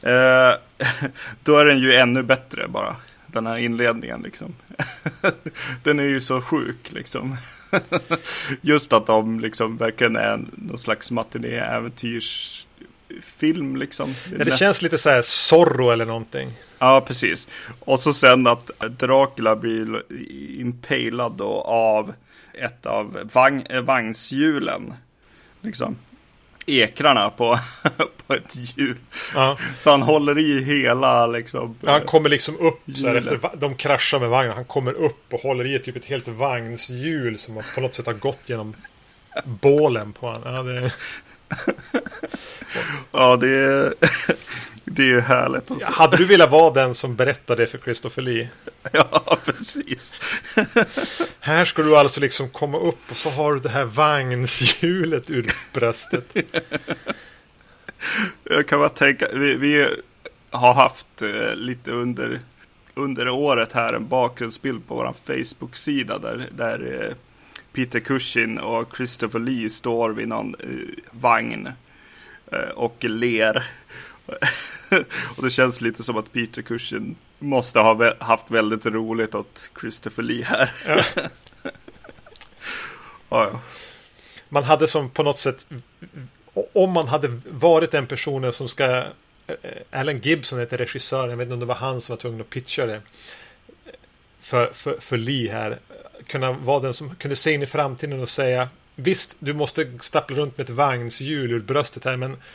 då är den ju ännu bättre bara. Den här inledningen liksom. Den är ju så sjuk liksom. Just att de liksom verkligen är någon slags matiné-äventyrsfilm liksom. Det känns lite så här Zorro eller någonting. Ja, precis. Och så sen att Dracula blir impalad då av ett av vagnshjulen. Liksom. Ekrarna på ett hjul. Ja. Så han håller i hela liksom. Ja, han kommer liksom upp så här, efter de kraschar med vagnen. Han kommer upp och håller i typ ett helt vagnshjul som på något sätt har gått genom bålen på honom. Ja, det är ju härligt. Ja, hade du velat vara den som berättade det för Christopher Lee? Ja, precis. Här ska du alltså liksom komma upp och så har du det här vagnshjulet ur bröstet. Jag kan bara tänka, vi har haft lite under året här en bakgrundsbild på vår Facebook-sida där Peter Cushing och Christopher Lee står vid någon vagn och ler. Och det känns lite som att Peter Cushing måste ha haft väldigt roligt åt Christopher Lee här. Ja. Ja. Man hade som på något sätt, om man hade varit den personen som ska, Alan Gibson heter regissören, jag vet inte om det var han som var tvungen att pitcha det för Lee här, kunna vara den som kunde se in i framtiden och säga, visst, du måste stappla runt med ett vagnshjul ur bröstet här, men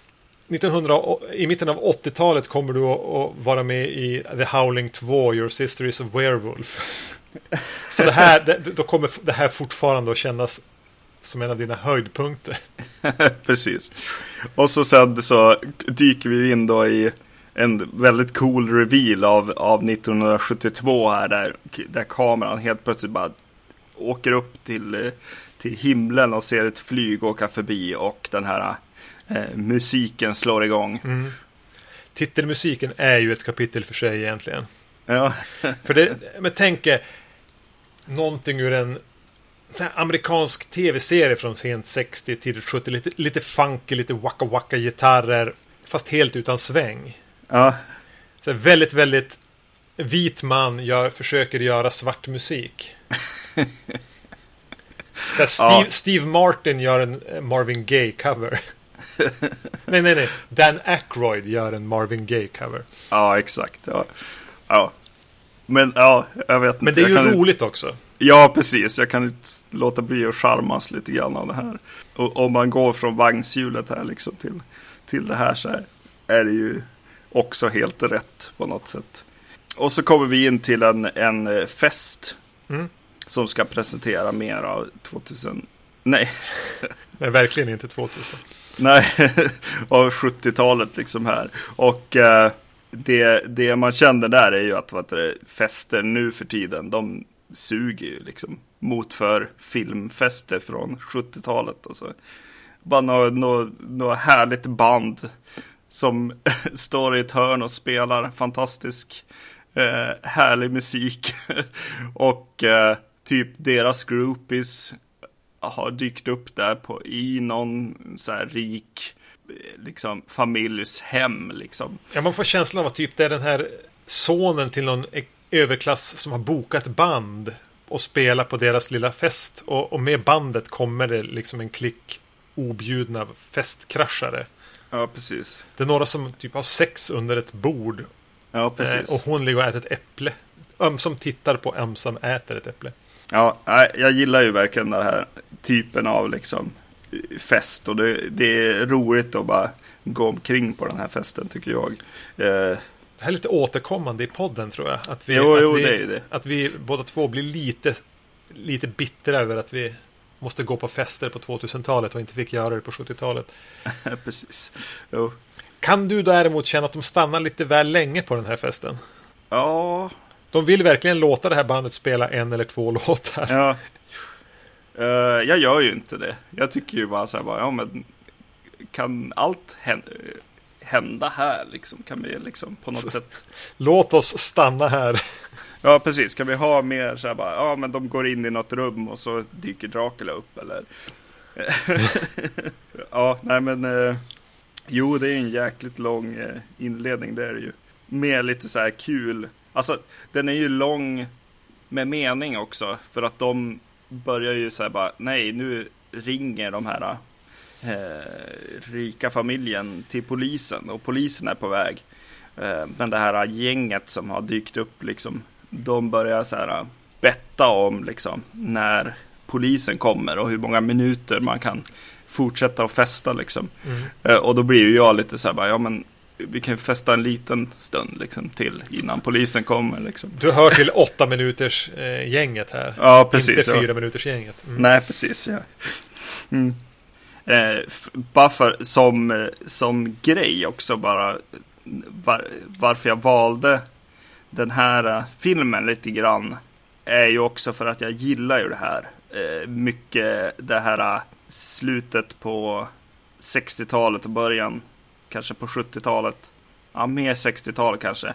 i mitten av 80-talet kommer du att vara med i The Howling 2, Your Sister is a Werewolf. Så då kommer det här fortfarande att kännas som en av dina höjdpunkter. Precis. Och så sen så dyker vi in då i en väldigt cool reveal av 1972 här där kameran helt plötsligt bara åker upp till himlen och ser ett flyg åka förbi och den här musiken slår igång. Mm. Titelmusiken är ju ett kapitel för sig egentligen. Ja. Men tänk någonting ur en sån här amerikansk tv-serie från sent 60 till 70, lite funky, lite waka waka gitarrer, fast helt utan sväng. Ja. Så väldigt, väldigt vit man försöker göra svart musik. Så Steve Martin gör en Marvin Gaye cover. nej. Dan Aykroyd gör en Marvin Gaye cover. Ja, exakt. Ja. Men ja, jag vet inte. Men det är ju roligt också. Ja, precis. Jag kan inte låta bli att charmas lite grann av det här. Och om man går från vagnshjulet här liksom till det här så här, är det ju också helt rätt på något sätt. Och så kommer vi in till en fest som ska presentera mer av 2000. Nej, verkligen inte 2000. Nej, av 70-talet liksom här. Och det man känner där är ju att fester nu för tiden, de suger ju liksom mot för filmfester från 70-talet. Alltså. Bara något härligt band som står i ett hörn och spelar fantastisk härlig musik. Och typ deras groupies har dykt upp där i någon så här rik liksom familjs hem liksom. Ja, man får känslan av att typ det är den här sonen till någon överklass som har bokat band och spelar på deras lilla fest, och med bandet kommer det liksom en klick objudna festkraschare. Ja, precis. Det är några som typ har sex under ett bord. Ja, precis. Och hon ligger och äter ett äpple. Som tittar på som äter ett äpple. Ja, jag gillar ju verkligen den här typen av liksom fest, och det är roligt att bara gå omkring på den här festen tycker jag. Det här är lite återkommande i podden, tror jag. Att vi, det är det. Att vi båda två blir lite bittra över att vi måste gå på fester på 2000-talet och inte fick göra det på 70-talet. Precis. Jo. Kan du däremot känna att de stannar lite väl länge på den här festen? Ja. De vill verkligen låta det här bandet spela 1 eller 2 låtar. Ja. Jag gör ju inte det. Jag tycker ju bara så här, ja men kan allt hända här liksom? Kan vi liksom på något sätt... Låt oss stanna här. Ja, precis. Kan vi ha mer så här bara, ja men de går in i något rum och så dyker Dracula upp eller... Ja, nej men... Jo, det är en jäkligt lång inledning, det är det ju. Med lite så här kul. Alltså, den är ju lång med mening också. För att de börjar ju så här bara, nej, nu ringer de här rika familjen till polisen. Och polisen är på väg. Men det här gänget som har dykt upp liksom, de börjar så här betta om liksom när polisen kommer och hur många minuter man kan fortsätta att festa liksom. Och då blir ju jag lite så här bara, ja men vi kan ju festa en liten stund liksom till innan polisen kommer liksom. Du hör till 8 minuters gänget här. Ja, precis. Inte 4 minuters gänget. Nej, precis, ja. Bara för som grej också bara varför jag valde den här filmen lite grann är ju också för att jag gillar ju det här mycket, det här slutet på 60-talet och början kanske på 70-talet, ja mer 60-talet kanske,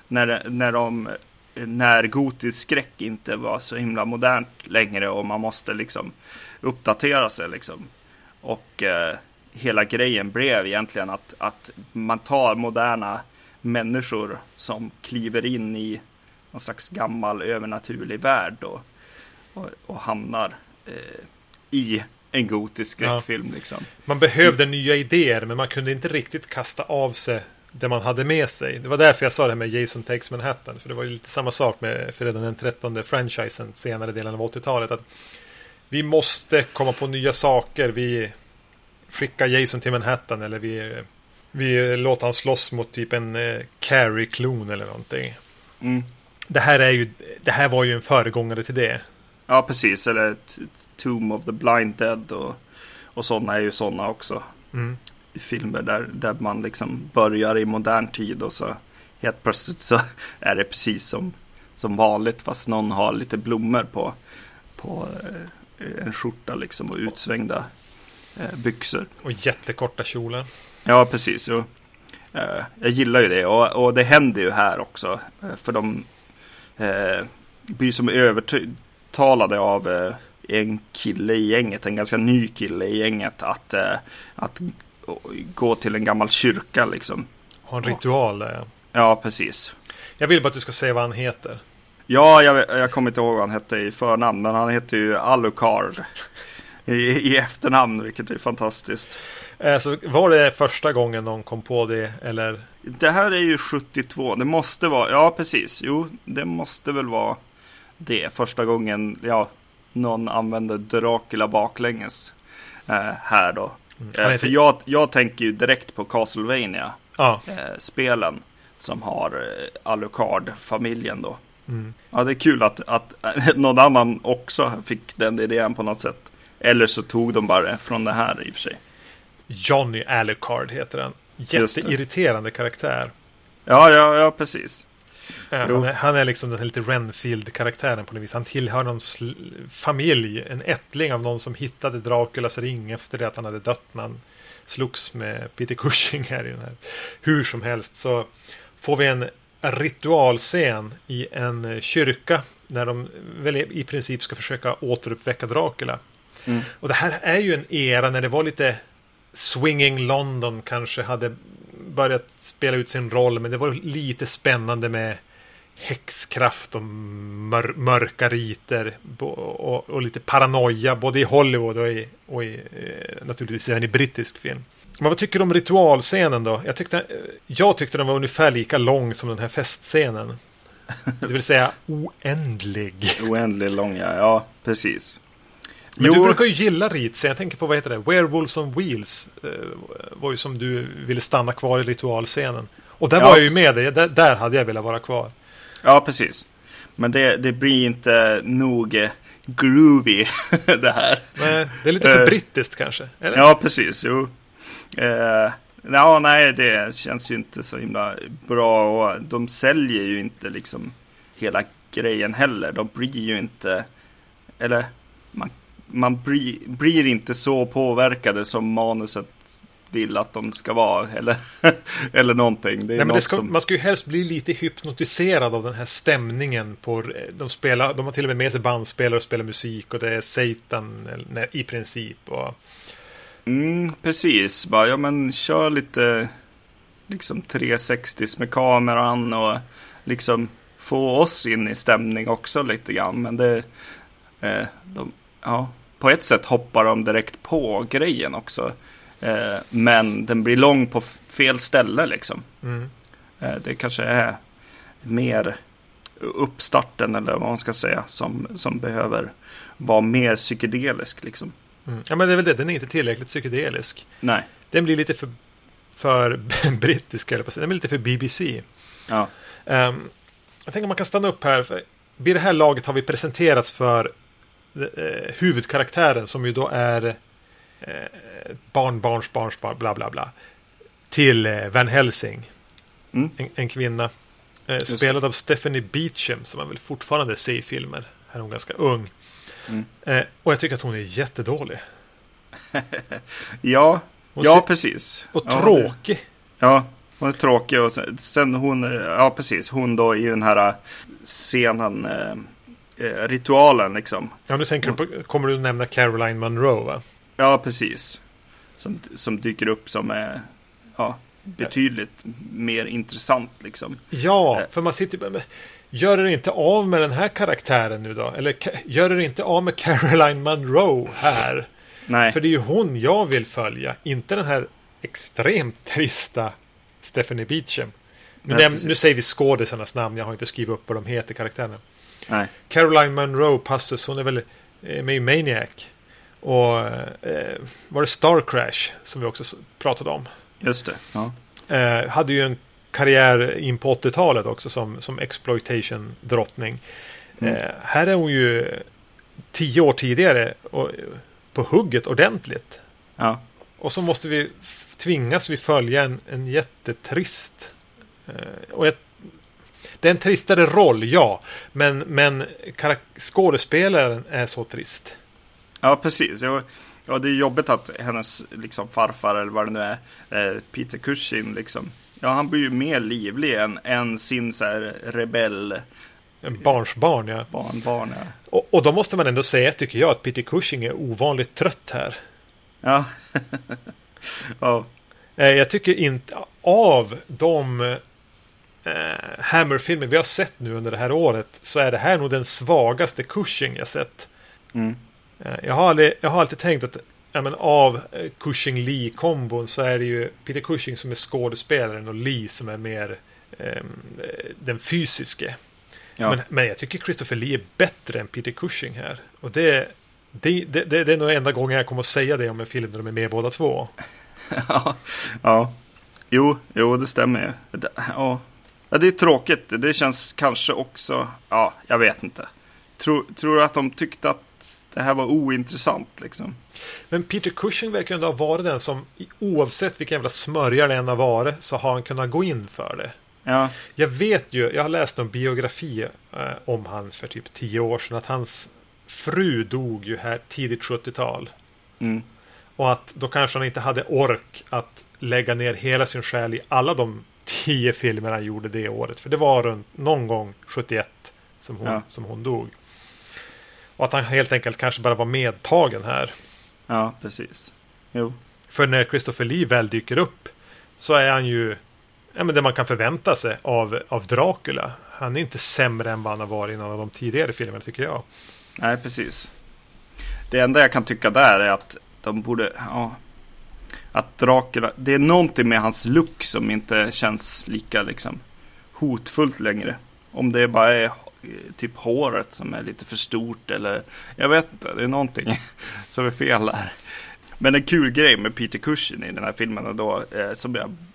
när gotisk skräck inte var så himla modernt längre och man måste liksom uppdatera sig liksom. Och hela grejen blev egentligen att man tar moderna människor som kliver in i någon slags gammal övernaturlig värld och hamnar i en gotisk skräckfilm liksom. Man behövde nya idéer, men man kunde inte riktigt kasta av sig det man hade med sig. Det var därför jag sa det här med Jason Takes Manhattan, för det var ju lite samma sak med Fredag den 13:e franchisen senare delen av 80-talet, att vi måste komma på nya saker. Vi skickar Jason till Manhattan, eller vi låter han slåss mot typ en Carrie-klon eller någonting. Det här var ju en föregångare till det. Ja, precis. Eller Tomb of the Blind Dead och sådana är ju sådana också. I filmer där man liksom börjar i modern tid och så helt plötsligt så är det precis som vanligt, fast någon har lite blommor på en skjorta liksom och utsvängda byxor. Och jättekorta kjolar. Ja, precis. Jag gillar ju det. Och det händer ju här också. För de blir som övertalade av en kille i gänget, en ganska ny kille i gänget, att gå till en gammal kyrka liksom. Ha en ritual där, ja. Ja, precis. Jag vill bara att du ska säga vad han heter. Ja, jag kommer inte ihåg vad han hette i förnamn, men han heter ju Alucard i efternamn, vilket är fantastiskt. Så var det första gången någon kom på det, eller? Det här är ju 72, det måste vara, ja precis, jo, det måste väl vara det första gången, ja, någon använder Dracula baklänges här då. För jag tänker ju direkt på Castlevania spelen som har Alucard-familjen då. Ja, det är kul att någon annan också fick den idén på något sätt. Eller så tog de bara från det här i och för sig. Johnny Alucard heter han. Jätteirriterande karaktär. Ja, precis. Han är liksom den här lite Renfield-karaktären på något vis. Han tillhör någon familj, en ättling av någon som hittade Draculas ring efter det att han hade dött när han slogs med Peter Cushing här i den här. Hur som helst så får vi en ritualscen i en kyrka när de väl i princip ska försöka återuppväcka Dracula. Och det här är ju en era när det var lite swinging London kanske hade börjat spela ut sin roll, men det var lite spännande med häxkraft och mörka riter och lite paranoia både i Hollywood och i naturligtvis även i brittisk film. Men vad tycker du om ritualscenen då? Jag tyckte den var ungefär lika lång som den här festscenen. Det vill säga oändlig. Oändlig lång, ja precis. Men du brukar ju gilla ritscen. Jag tänker på, vad heter det? Werewolves on Wheels var ju som du ville stanna kvar i ritualscenen. Och där var jag ju med dig. Där hade jag velat vara kvar. Ja, precis. Men det blir inte nog groovy det här. Nej, det är lite för brittiskt kanske. Eller? Ja, precis. Jo. Nej, det känns ju inte så himla bra. Och de säljer ju inte liksom hela grejen heller. De blir ju inte... Eller man blir inte så påverkade som manuset vill att de ska vara. Eller någonting. Det är Nej, men man ska ju helst bli lite hypnotiserad av den här stämningen. De har till och med sig bandspelare och spelar musik. Och det är Satan i princip. Och... precis. Ja, men kör lite liksom 360s med kameran och liksom få oss in i stämning också lite grann. Men på ett sätt hoppar de direkt på grejen också. Men den blir lång på fel ställe liksom. Det kanske är mer uppstarten eller vad man ska säga som behöver vara mer psykedelisk liksom. Ja, men det är väl det. Den är inte tillräckligt psykedelisk. Nej. Den blir lite för brittisk, eller den blir lite för BBC. Ja. Jag tänker man kan stanna upp här. För vid det här laget har vi presenterats för huvudkaraktären som ju då är barns bla bla bla till Van Helsing. En kvinna spelad av Stephanie Beacham som man väl fortfarande ser i filmer. Här är hon ganska ung. Och jag tycker att hon är jättedålig. Ja, precis. Och tråkig. Ja, hon är tråkig. Och sen hon, precis. Hon då i den här scenen, ritualen liksom. Ja, nu tänker du på, kommer du nämna Caroline Munro, va? Ja, precis. Som dyker upp som är betydligt mer intressant liksom. Ja, för man sitter... Gör det inte av med den här karaktären nu då? Eller gör det inte av med Caroline Munro här? Nej. För det är ju hon jag vill följa. Inte den här extremt trista Stephanie Beacham. Nu säger vi skådisarnas namn. Jag har inte skrivit upp vad de heter, karaktärerna. Nej. Caroline Munro, passus, hon är väl med i Maniac. Och var det Star Crash som vi också pratade om. Just det, ja. Hade ju en karriär in på 80-talet också som exploitation-drottning. Här är hon ju 10 år tidigare och på hugget ordentligt. Ja. Och så måste vi tvingas vi följa en jättetrist och det är en tristare roll, ja. Men skådespelaren är så trist. Ja, precis. Ja, det är jobbigt att hennes liksom farfar eller vad det nu är, Peter Cushing liksom. Ja, han blir ju mer livlig än sin så här rebell. En barnsbarn, ja. Barn, ja. Och då måste man ändå säga, tycker jag, att Peter Cushing är ovanligt trött här. Ja. Ja. Jag tycker inte av de Hammer-filmer vi har sett nu under det här året, så är det här nog den svagaste Cushing jag sett. Jag har alltid tänkt att av Cushing-Lee-kombon så är det ju Peter Cushing som är skådespelaren och Lee som är mer den fysiske. Ja. Men jag tycker Christopher Lee är bättre än Peter Cushing här. Och det är nog enda gången jag kommer att säga det om en film där de är med båda två. Ja. Jo, det stämmer. Ja, det är tråkigt. Det känns kanske också... Ja, jag vet inte. Tror du att de tyckte att det här var ointressant liksom? Men Peter Cushing verkar ändå ha varit den som oavsett vilken jävla smörjare det än har varit, så har han kunnat gå in för det. Ja. Jag har läst en biografi om han för typ 10 år sedan, att hans fru dog ju här tidigt 70-tal. Och att då kanske han inte hade ork att lägga ner hela sin själ i alla de 10 filmer han gjorde det året. För det var runt någon gång 71 som hon dog. Och att han helt enkelt kanske bara var medtagen här. Ja, precis. Jo. För när Christopher Lee väl dyker upp så är han ju det man kan förvänta sig av Dracula. Han är inte sämre än vad han har varit i någon av de tidigare filmerna, tycker jag. Nej, precis. Det enda jag kan tycka där är att de borde... Ja, att Dracula... Det är någonting med hans look som inte känns lika liksom hotfullt längre. Om det bara är typ håret som är lite för stort eller... Jag vet inte, det är någonting som är fel där. Men en kul grej med Peter Cushing i den här filmen då, som jag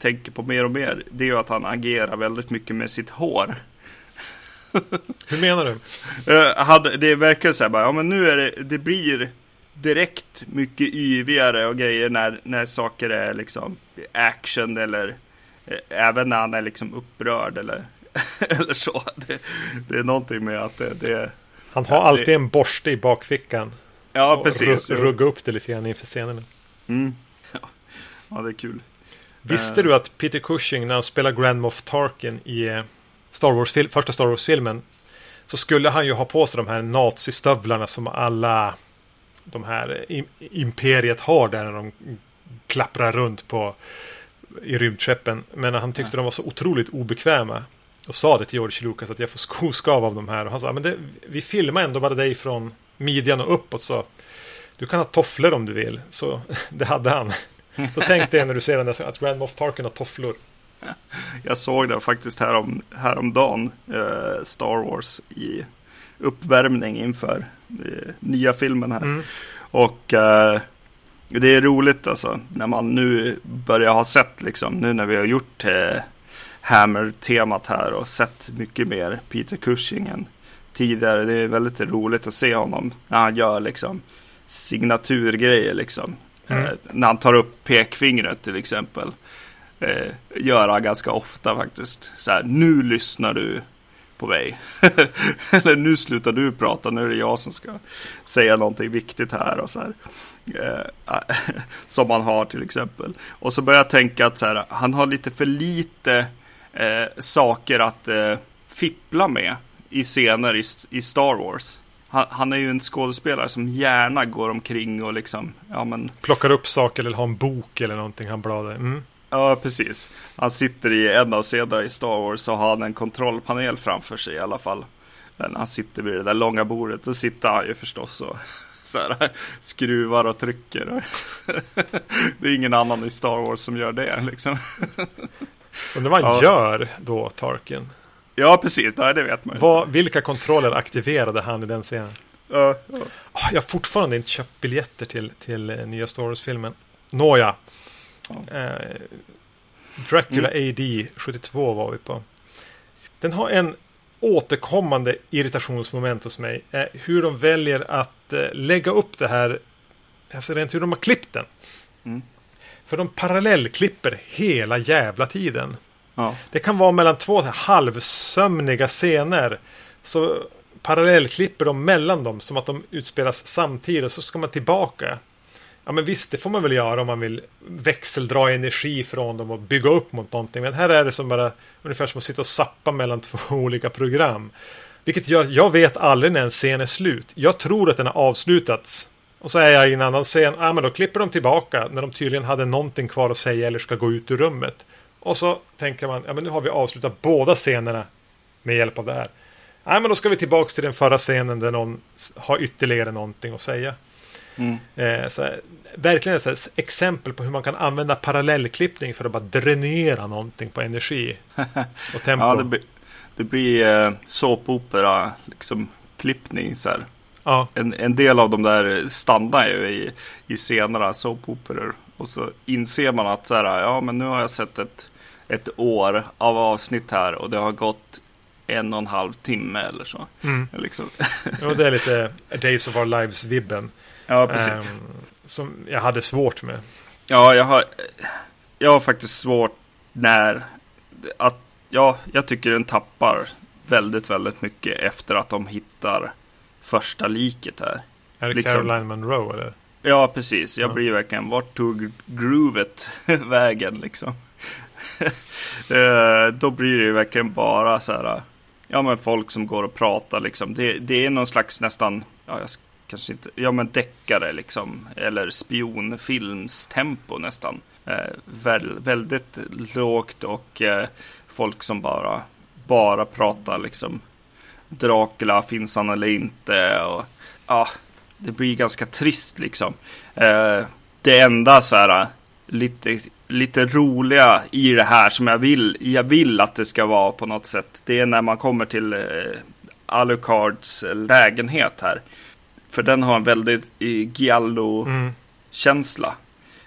tänker på mer och mer, det är ju att han agerar väldigt mycket med sitt hår. Hur menar du? Det verkar så här bara, ja men nu är det blir direkt mycket yvigare och grejer när saker är liksom action eller även när han är liksom upprörd eller eller så. Det är någonting med att det han har alltid en borste i bakfickan. Ja, precis. Rugga upp det lite grann inför scenerna. Ja, det är kul. Visste du att Peter Cushing, när han spelar Grand Moff Tarkin i första Star Wars-filmen, så skulle han ju ha på sig de här nazistövlarna som alla de här imperiet har där när de klapprar runt i rymdskeppen. Men han tyckte de var så otroligt obekväma och sa det till George Lucas att jag får skoskav av de här. Och han sa, men vi filmar ändå bara dig från midjan och uppåt, så du kan ha tofflor om du vill. Så det hade han. Då tänkte jag när du ser den där att Grand Moff Tarkin har tofflor. Jag såg det faktiskt häromdagen, Star Wars i uppvärmning inför nya filmen här. Och det är roligt alltså, när man nu börjar ha sett liksom, nu när vi har gjort Hammer-temat här och sett mycket mer Peter Cushing än tidigare. Det är väldigt roligt att se honom när han gör liksom signaturgrejer liksom. När han tar upp pekfingret till exempel. Gör han ganska ofta faktiskt. Så här, nu lyssnar du på mig. Eller nu slutar du prata, nu är det jag som ska säga någonting viktigt här och så här. Som han har till exempel. Och så börjar jag tänka att så här, han har lite för lite saker att fippla med i scener i Star Wars. Han är ju en skådespelare som gärna går omkring och liksom, ja men, plockar upp saker eller har en bok eller någonting han bladar. Ja, precis. Han sitter i en av scenerna i Star Wars, så har han en kontrollpanel framför sig i alla fall. Men han sitter vid det där långa bordet, och sitter han ju förstås och så här, skruvar och trycker. Det är ingen annan i Star Wars som gör det liksom. Och när man gör då Tarkin. Ja, precis. Nej, det vet man. Vilka kontroller aktiverade han i den scenen? Jag har fortfarande inte köpt biljetter till nya Star Wars-filmen. Nåja. Dracula AD 72 var vi på. Den har en återkommande irritationsmoment hos mig. Hur de väljer att lägga upp det här. Alltså rent hur de har klippt den. För de parallellklipper hela jävla tiden. Ja. Det kan vara mellan två halvsömniga scener, så parallellklipper de mellan dem som att de utspelas samtidigt, så ska man tillbaka. Ja, men visst, det får man väl göra om man vill växeldra energi från dem och bygga upp mot någonting. Men här är det som bara ungefär som att sitta och sappa mellan två olika program. Vilket gör, jag vet aldrig när en scen är slut. Jag tror att den har avslutats. Och så är jag i en annan scen. Men då klipper de tillbaka när de tydligen hade någonting kvar att säga eller ska gå ut ur rummet. Och så tänker man, men nu har vi avslutat båda scenerna med hjälp av det här. Men då ska vi tillbaka till den förra scenen där någon har ytterligare någonting att säga. Verkligen ett exempel på hur man kan använda parallellklippning för att bara dränera någonting på energi och tempo. Ja, det blir såpopera liksom, klippning så här. Ja. En del av de där stannar ju i scenerna såpoperor, och så inser man att så här, ja, men nu har jag sett ett år av avsnitt här och det har gått 1,5 timme eller så. Liksom. Ja, det är lite A Days of Our Lives-vibben. Ja, precis. Som jag hade svårt med. Ja, jag har faktiskt svårt jag tycker den tappar väldigt, väldigt mycket efter att de hittar första liket här. Är det liksom Caroline Munro eller? Ja, precis. Jag blir verkligen, vart tog groovet vägen liksom? Då blir det ju verkligen bara så här, ja, men folk som går och pratar liksom. Det är någon slags nästan, kanske inte, men deckare liksom, eller spionfilmstempo nästan. Väldigt lågt, och folk som bara pratar liksom. Dracula, finns han eller inte? Och det blir ganska trist liksom. Det enda så här lite roliga i det här som jag vill att det ska vara på något sätt, det är när man kommer till Alucards lägenhet här. För den har en väldigt giallo-känsla.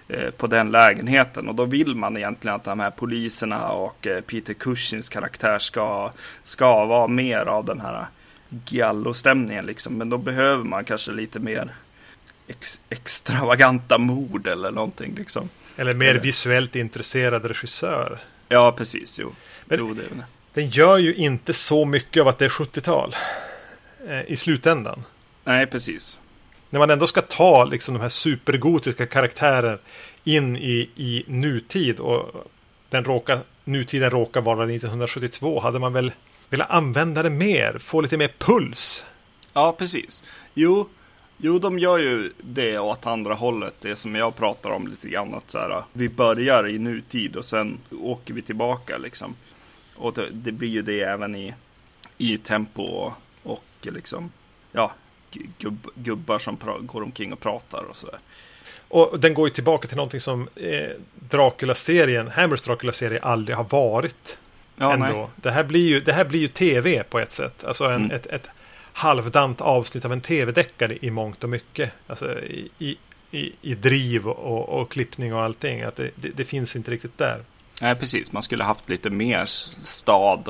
på den lägenheten. Och då vill man egentligen att de här poliserna och Peter Cushings karaktär ska vara mer av den här giallo-stämningen liksom. Men då behöver man kanske lite mer extravaganta mord eller någonting liksom. Eller mer visuellt intresserad regissör. Ja, precis. Men det är det. Den gör ju inte så mycket av att det är 70-tal i slutändan. Nej, precis. När man ändå ska ta liksom de här supergotiska karaktärer in i nutid och nutiden råkar vara 1972, hade man väl velat använda det mer, få lite mer puls. Ja, precis. Jo, de gör ju det åt andra hållet. Det som jag pratar om lite grann, att så här, vi börjar i nutid och sen åker vi tillbaka liksom. Och det blir ju det även i tempo och liksom, ja, gubbar som går omkring och pratar och sådär. Och den går ju tillbaka till någonting som Dracula-serien, Hammers Dracula-serie aldrig har varit. Ja, ändå. nej. Det här blir ju tv på ett sätt. Alltså ett halvdant avsnitt av en tv-deckare i mångt och mycket. Alltså i driv och klippning och allting. Att det finns inte riktigt där. Nej, precis. Man skulle haft lite mer stad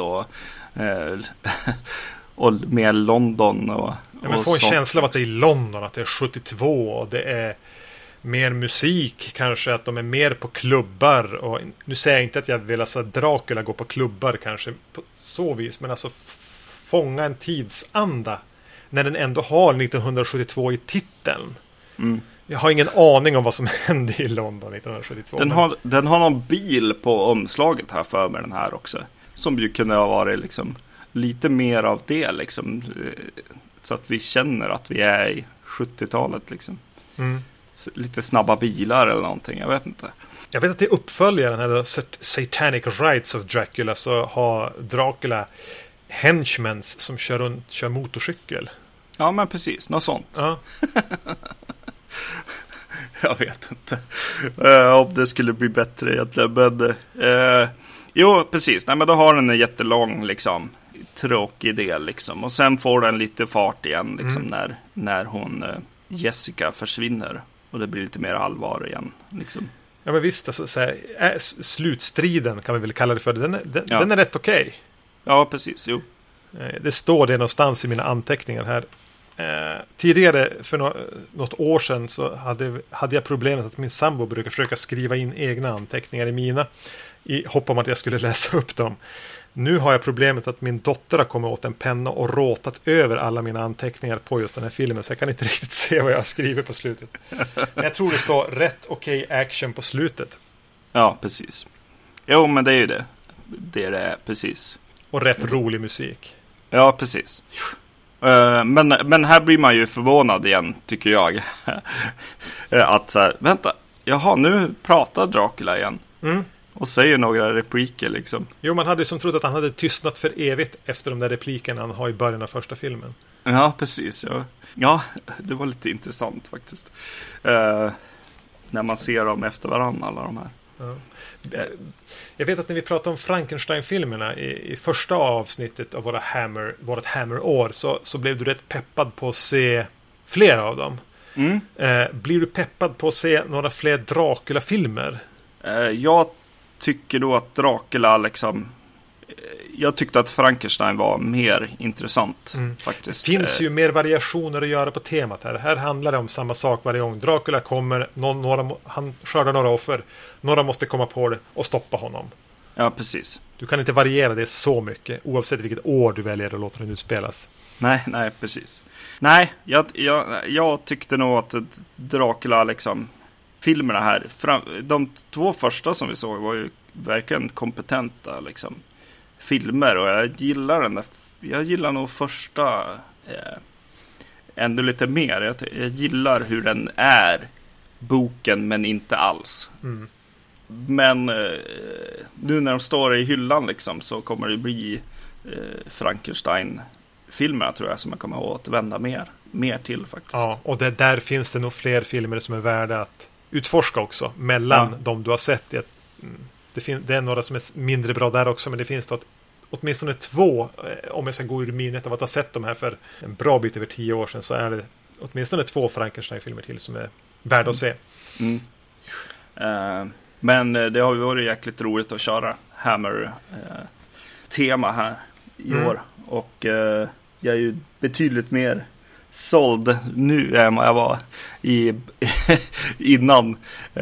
och mer London. Man får en känsla av att det är London, att det är 72 och det är mer musik kanske, att de är mer på klubbar. Och nu säger jag inte att jag vill alltså Dracula gå på klubbar kanske på så vis, men alltså fånga en tidsanda när den ändå har 1972 i titeln. Mm. Jag har ingen aning om vad som hände i London 1972. Den har någon bil på omslaget här för mig, den här också. Som ju kunde ha varit liksom lite mer av det liksom. Så att vi känner att vi är i 70-talet liksom. Mm. Lite snabba bilar eller någonting, jag vet inte. Jag vet att det uppföljer den här Satanic Rites of Dracula, så har Dracula henchmens som kör motorcykel. Ja, men precis, något sånt. Ja. Jag vet inte om det skulle bli bättre egentligen, men jo, precis. Nej, men då har den en jättelång liksom tråkig del liksom, och sen får den lite fart igen liksom när hon Jessica försvinner och det blir lite mer allvar igen liksom. Ja, men visst, alltså, slutstriden kan vi väl kalla det för. Den är rätt okej. Ja, precis, jo. Det står det någonstans i mina anteckningar här. Tidigare, för något år sedan, så hade jag problemet att min sambo brukar försöka skriva in egna anteckningar i mina, i hopp om att jag skulle läsa upp dem. Nu har jag problemet att min dotter har kommit åt en penna och råtat över alla mina anteckningar på just den här filmen, så jag kan inte riktigt se vad jag skriver på slutet. Men jag tror det står rätt okej action på slutet. Ja, precis. Jo, men det är ju det. Det är det, precis. Och rätt rolig musik. Ja, precis. Men här blir man ju förvånad igen, tycker jag. Att så här, vänta, jaha, nu pratar Dracula igen. Och säger några repliker liksom. Jo, man hade ju som trott att han hade tystnat för evigt efter de där replikerna han har i början av första filmen. Ja, precis. Ja, det var lite intressant faktiskt. När man ser dem efter varandra, alla de här. Ja. Jag vet att när vi pratade om Frankenstein-filmerna i första avsnittet av vårt Hammer-år, så blev du rätt peppad på att se flera av dem. Blir du peppad på att se några fler Dracula-filmer? Jag tycker då att Dracula liksom... Jag tyckte att Frankenstein var mer intressant faktiskt. Det finns ju mer variationer att göra på temat här. Här handlar det om samma sak varje gång. Dracula kommer, han skördar några offer. Några måste komma på det och stoppa honom. Ja, precis. Du kan inte variera det så mycket, oavsett vilket år du väljer att låta den utspelas. Nej, precis. Nej, jag tyckte nog att Dracula liksom... Filmerna här, de 2 första som vi såg var ju verkligen kompetenta liksom filmer, och jag gillar nog första ännu lite mer. Jag gillar hur den är boken, men inte alls. Men nu när de står i hyllan liksom, så kommer det bli Frankenstein-filmerna, tror jag, som jag kommer att återvända mer till faktiskt. Ja, och där finns det nog fler filmer som är värda att utforska också, mellan de du har sett. Det är några som är mindre bra där också, men det finns då åtminstone 2, om jag ska gå ur minnet av att ha sett de här för en bra bit över 10 år sedan, så är det åtminstone 2 Frankenstein-filmer till som är värda att se. Men det har ju varit jäkligt roligt att köra Hammer-tema här i år. Och jag är ju betydligt mer såld nu än vad jag var innan.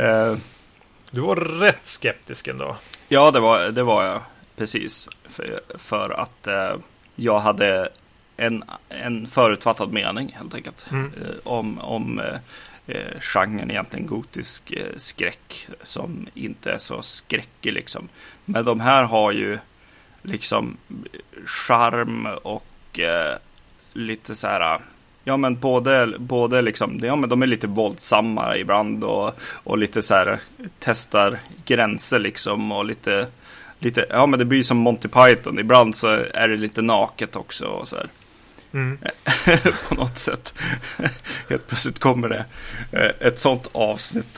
Du var rätt skeptisk ändå. Ja, det var jag. Precis. För att jag hade en förutfattad mening helt enkelt. Om genren egentligen gotisk skräck som inte är så skräckig liksom. Men de här har ju liksom charm och lite så här, ja men både liksom, ja men de är lite våldsamma ibland och lite så här testar gränser liksom och lite, ja men det blir som Monty Python, ibland så är det lite naket också och så här. På något sätt. Helt plötsligt kommer det ett sånt avsnitt.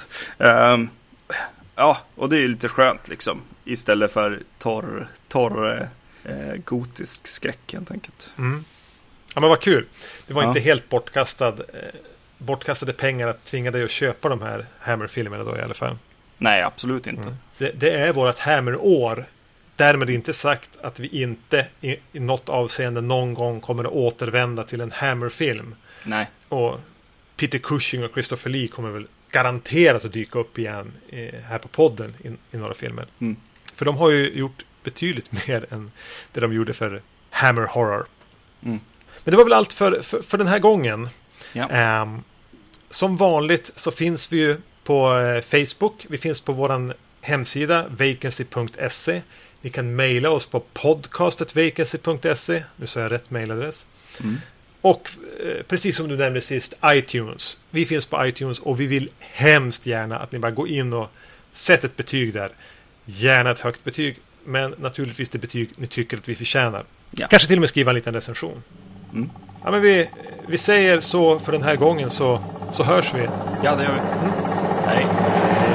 Ja, och det är lite skönt liksom. Istället för torr gotisk skräck helt enkelt. Ja, men vad kul. Det var inte helt bortkastade pengar att tvinga dig att köpa de här Hammer-filmerna då i alla fall. Nej, absolut inte. Det är vårt Hammer-år. Därmed inte sagt att vi inte i något avseende någon gång kommer att återvända till en Hammer-film. Nej. Och Peter Cushing och Christopher Lee kommer väl garanterat att dyka upp igen här på podden i några filmer. För de har ju gjort betydligt mer än det de gjorde för Hammer Horror. Men det var väl allt för den här gången. Ja. Som vanligt så finns vi ju på Facebook. Vi finns på våran hemsida vacancy.se. Ni kan mejla oss på podcastetvacancy.se. Nu sa jag rätt mejladress. Och precis som du nämnde sist, iTunes. Vi finns på iTunes och vi vill hemskt gärna att ni bara går in och sätter ett betyg där. Gärna ett högt betyg, men naturligtvis det betyg ni tycker att vi förtjänar. Ja. Kanske till och med skriva en liten recension. Ja, men vi säger så för den här gången, så hörs vi. Ja, det gör vi. Hej.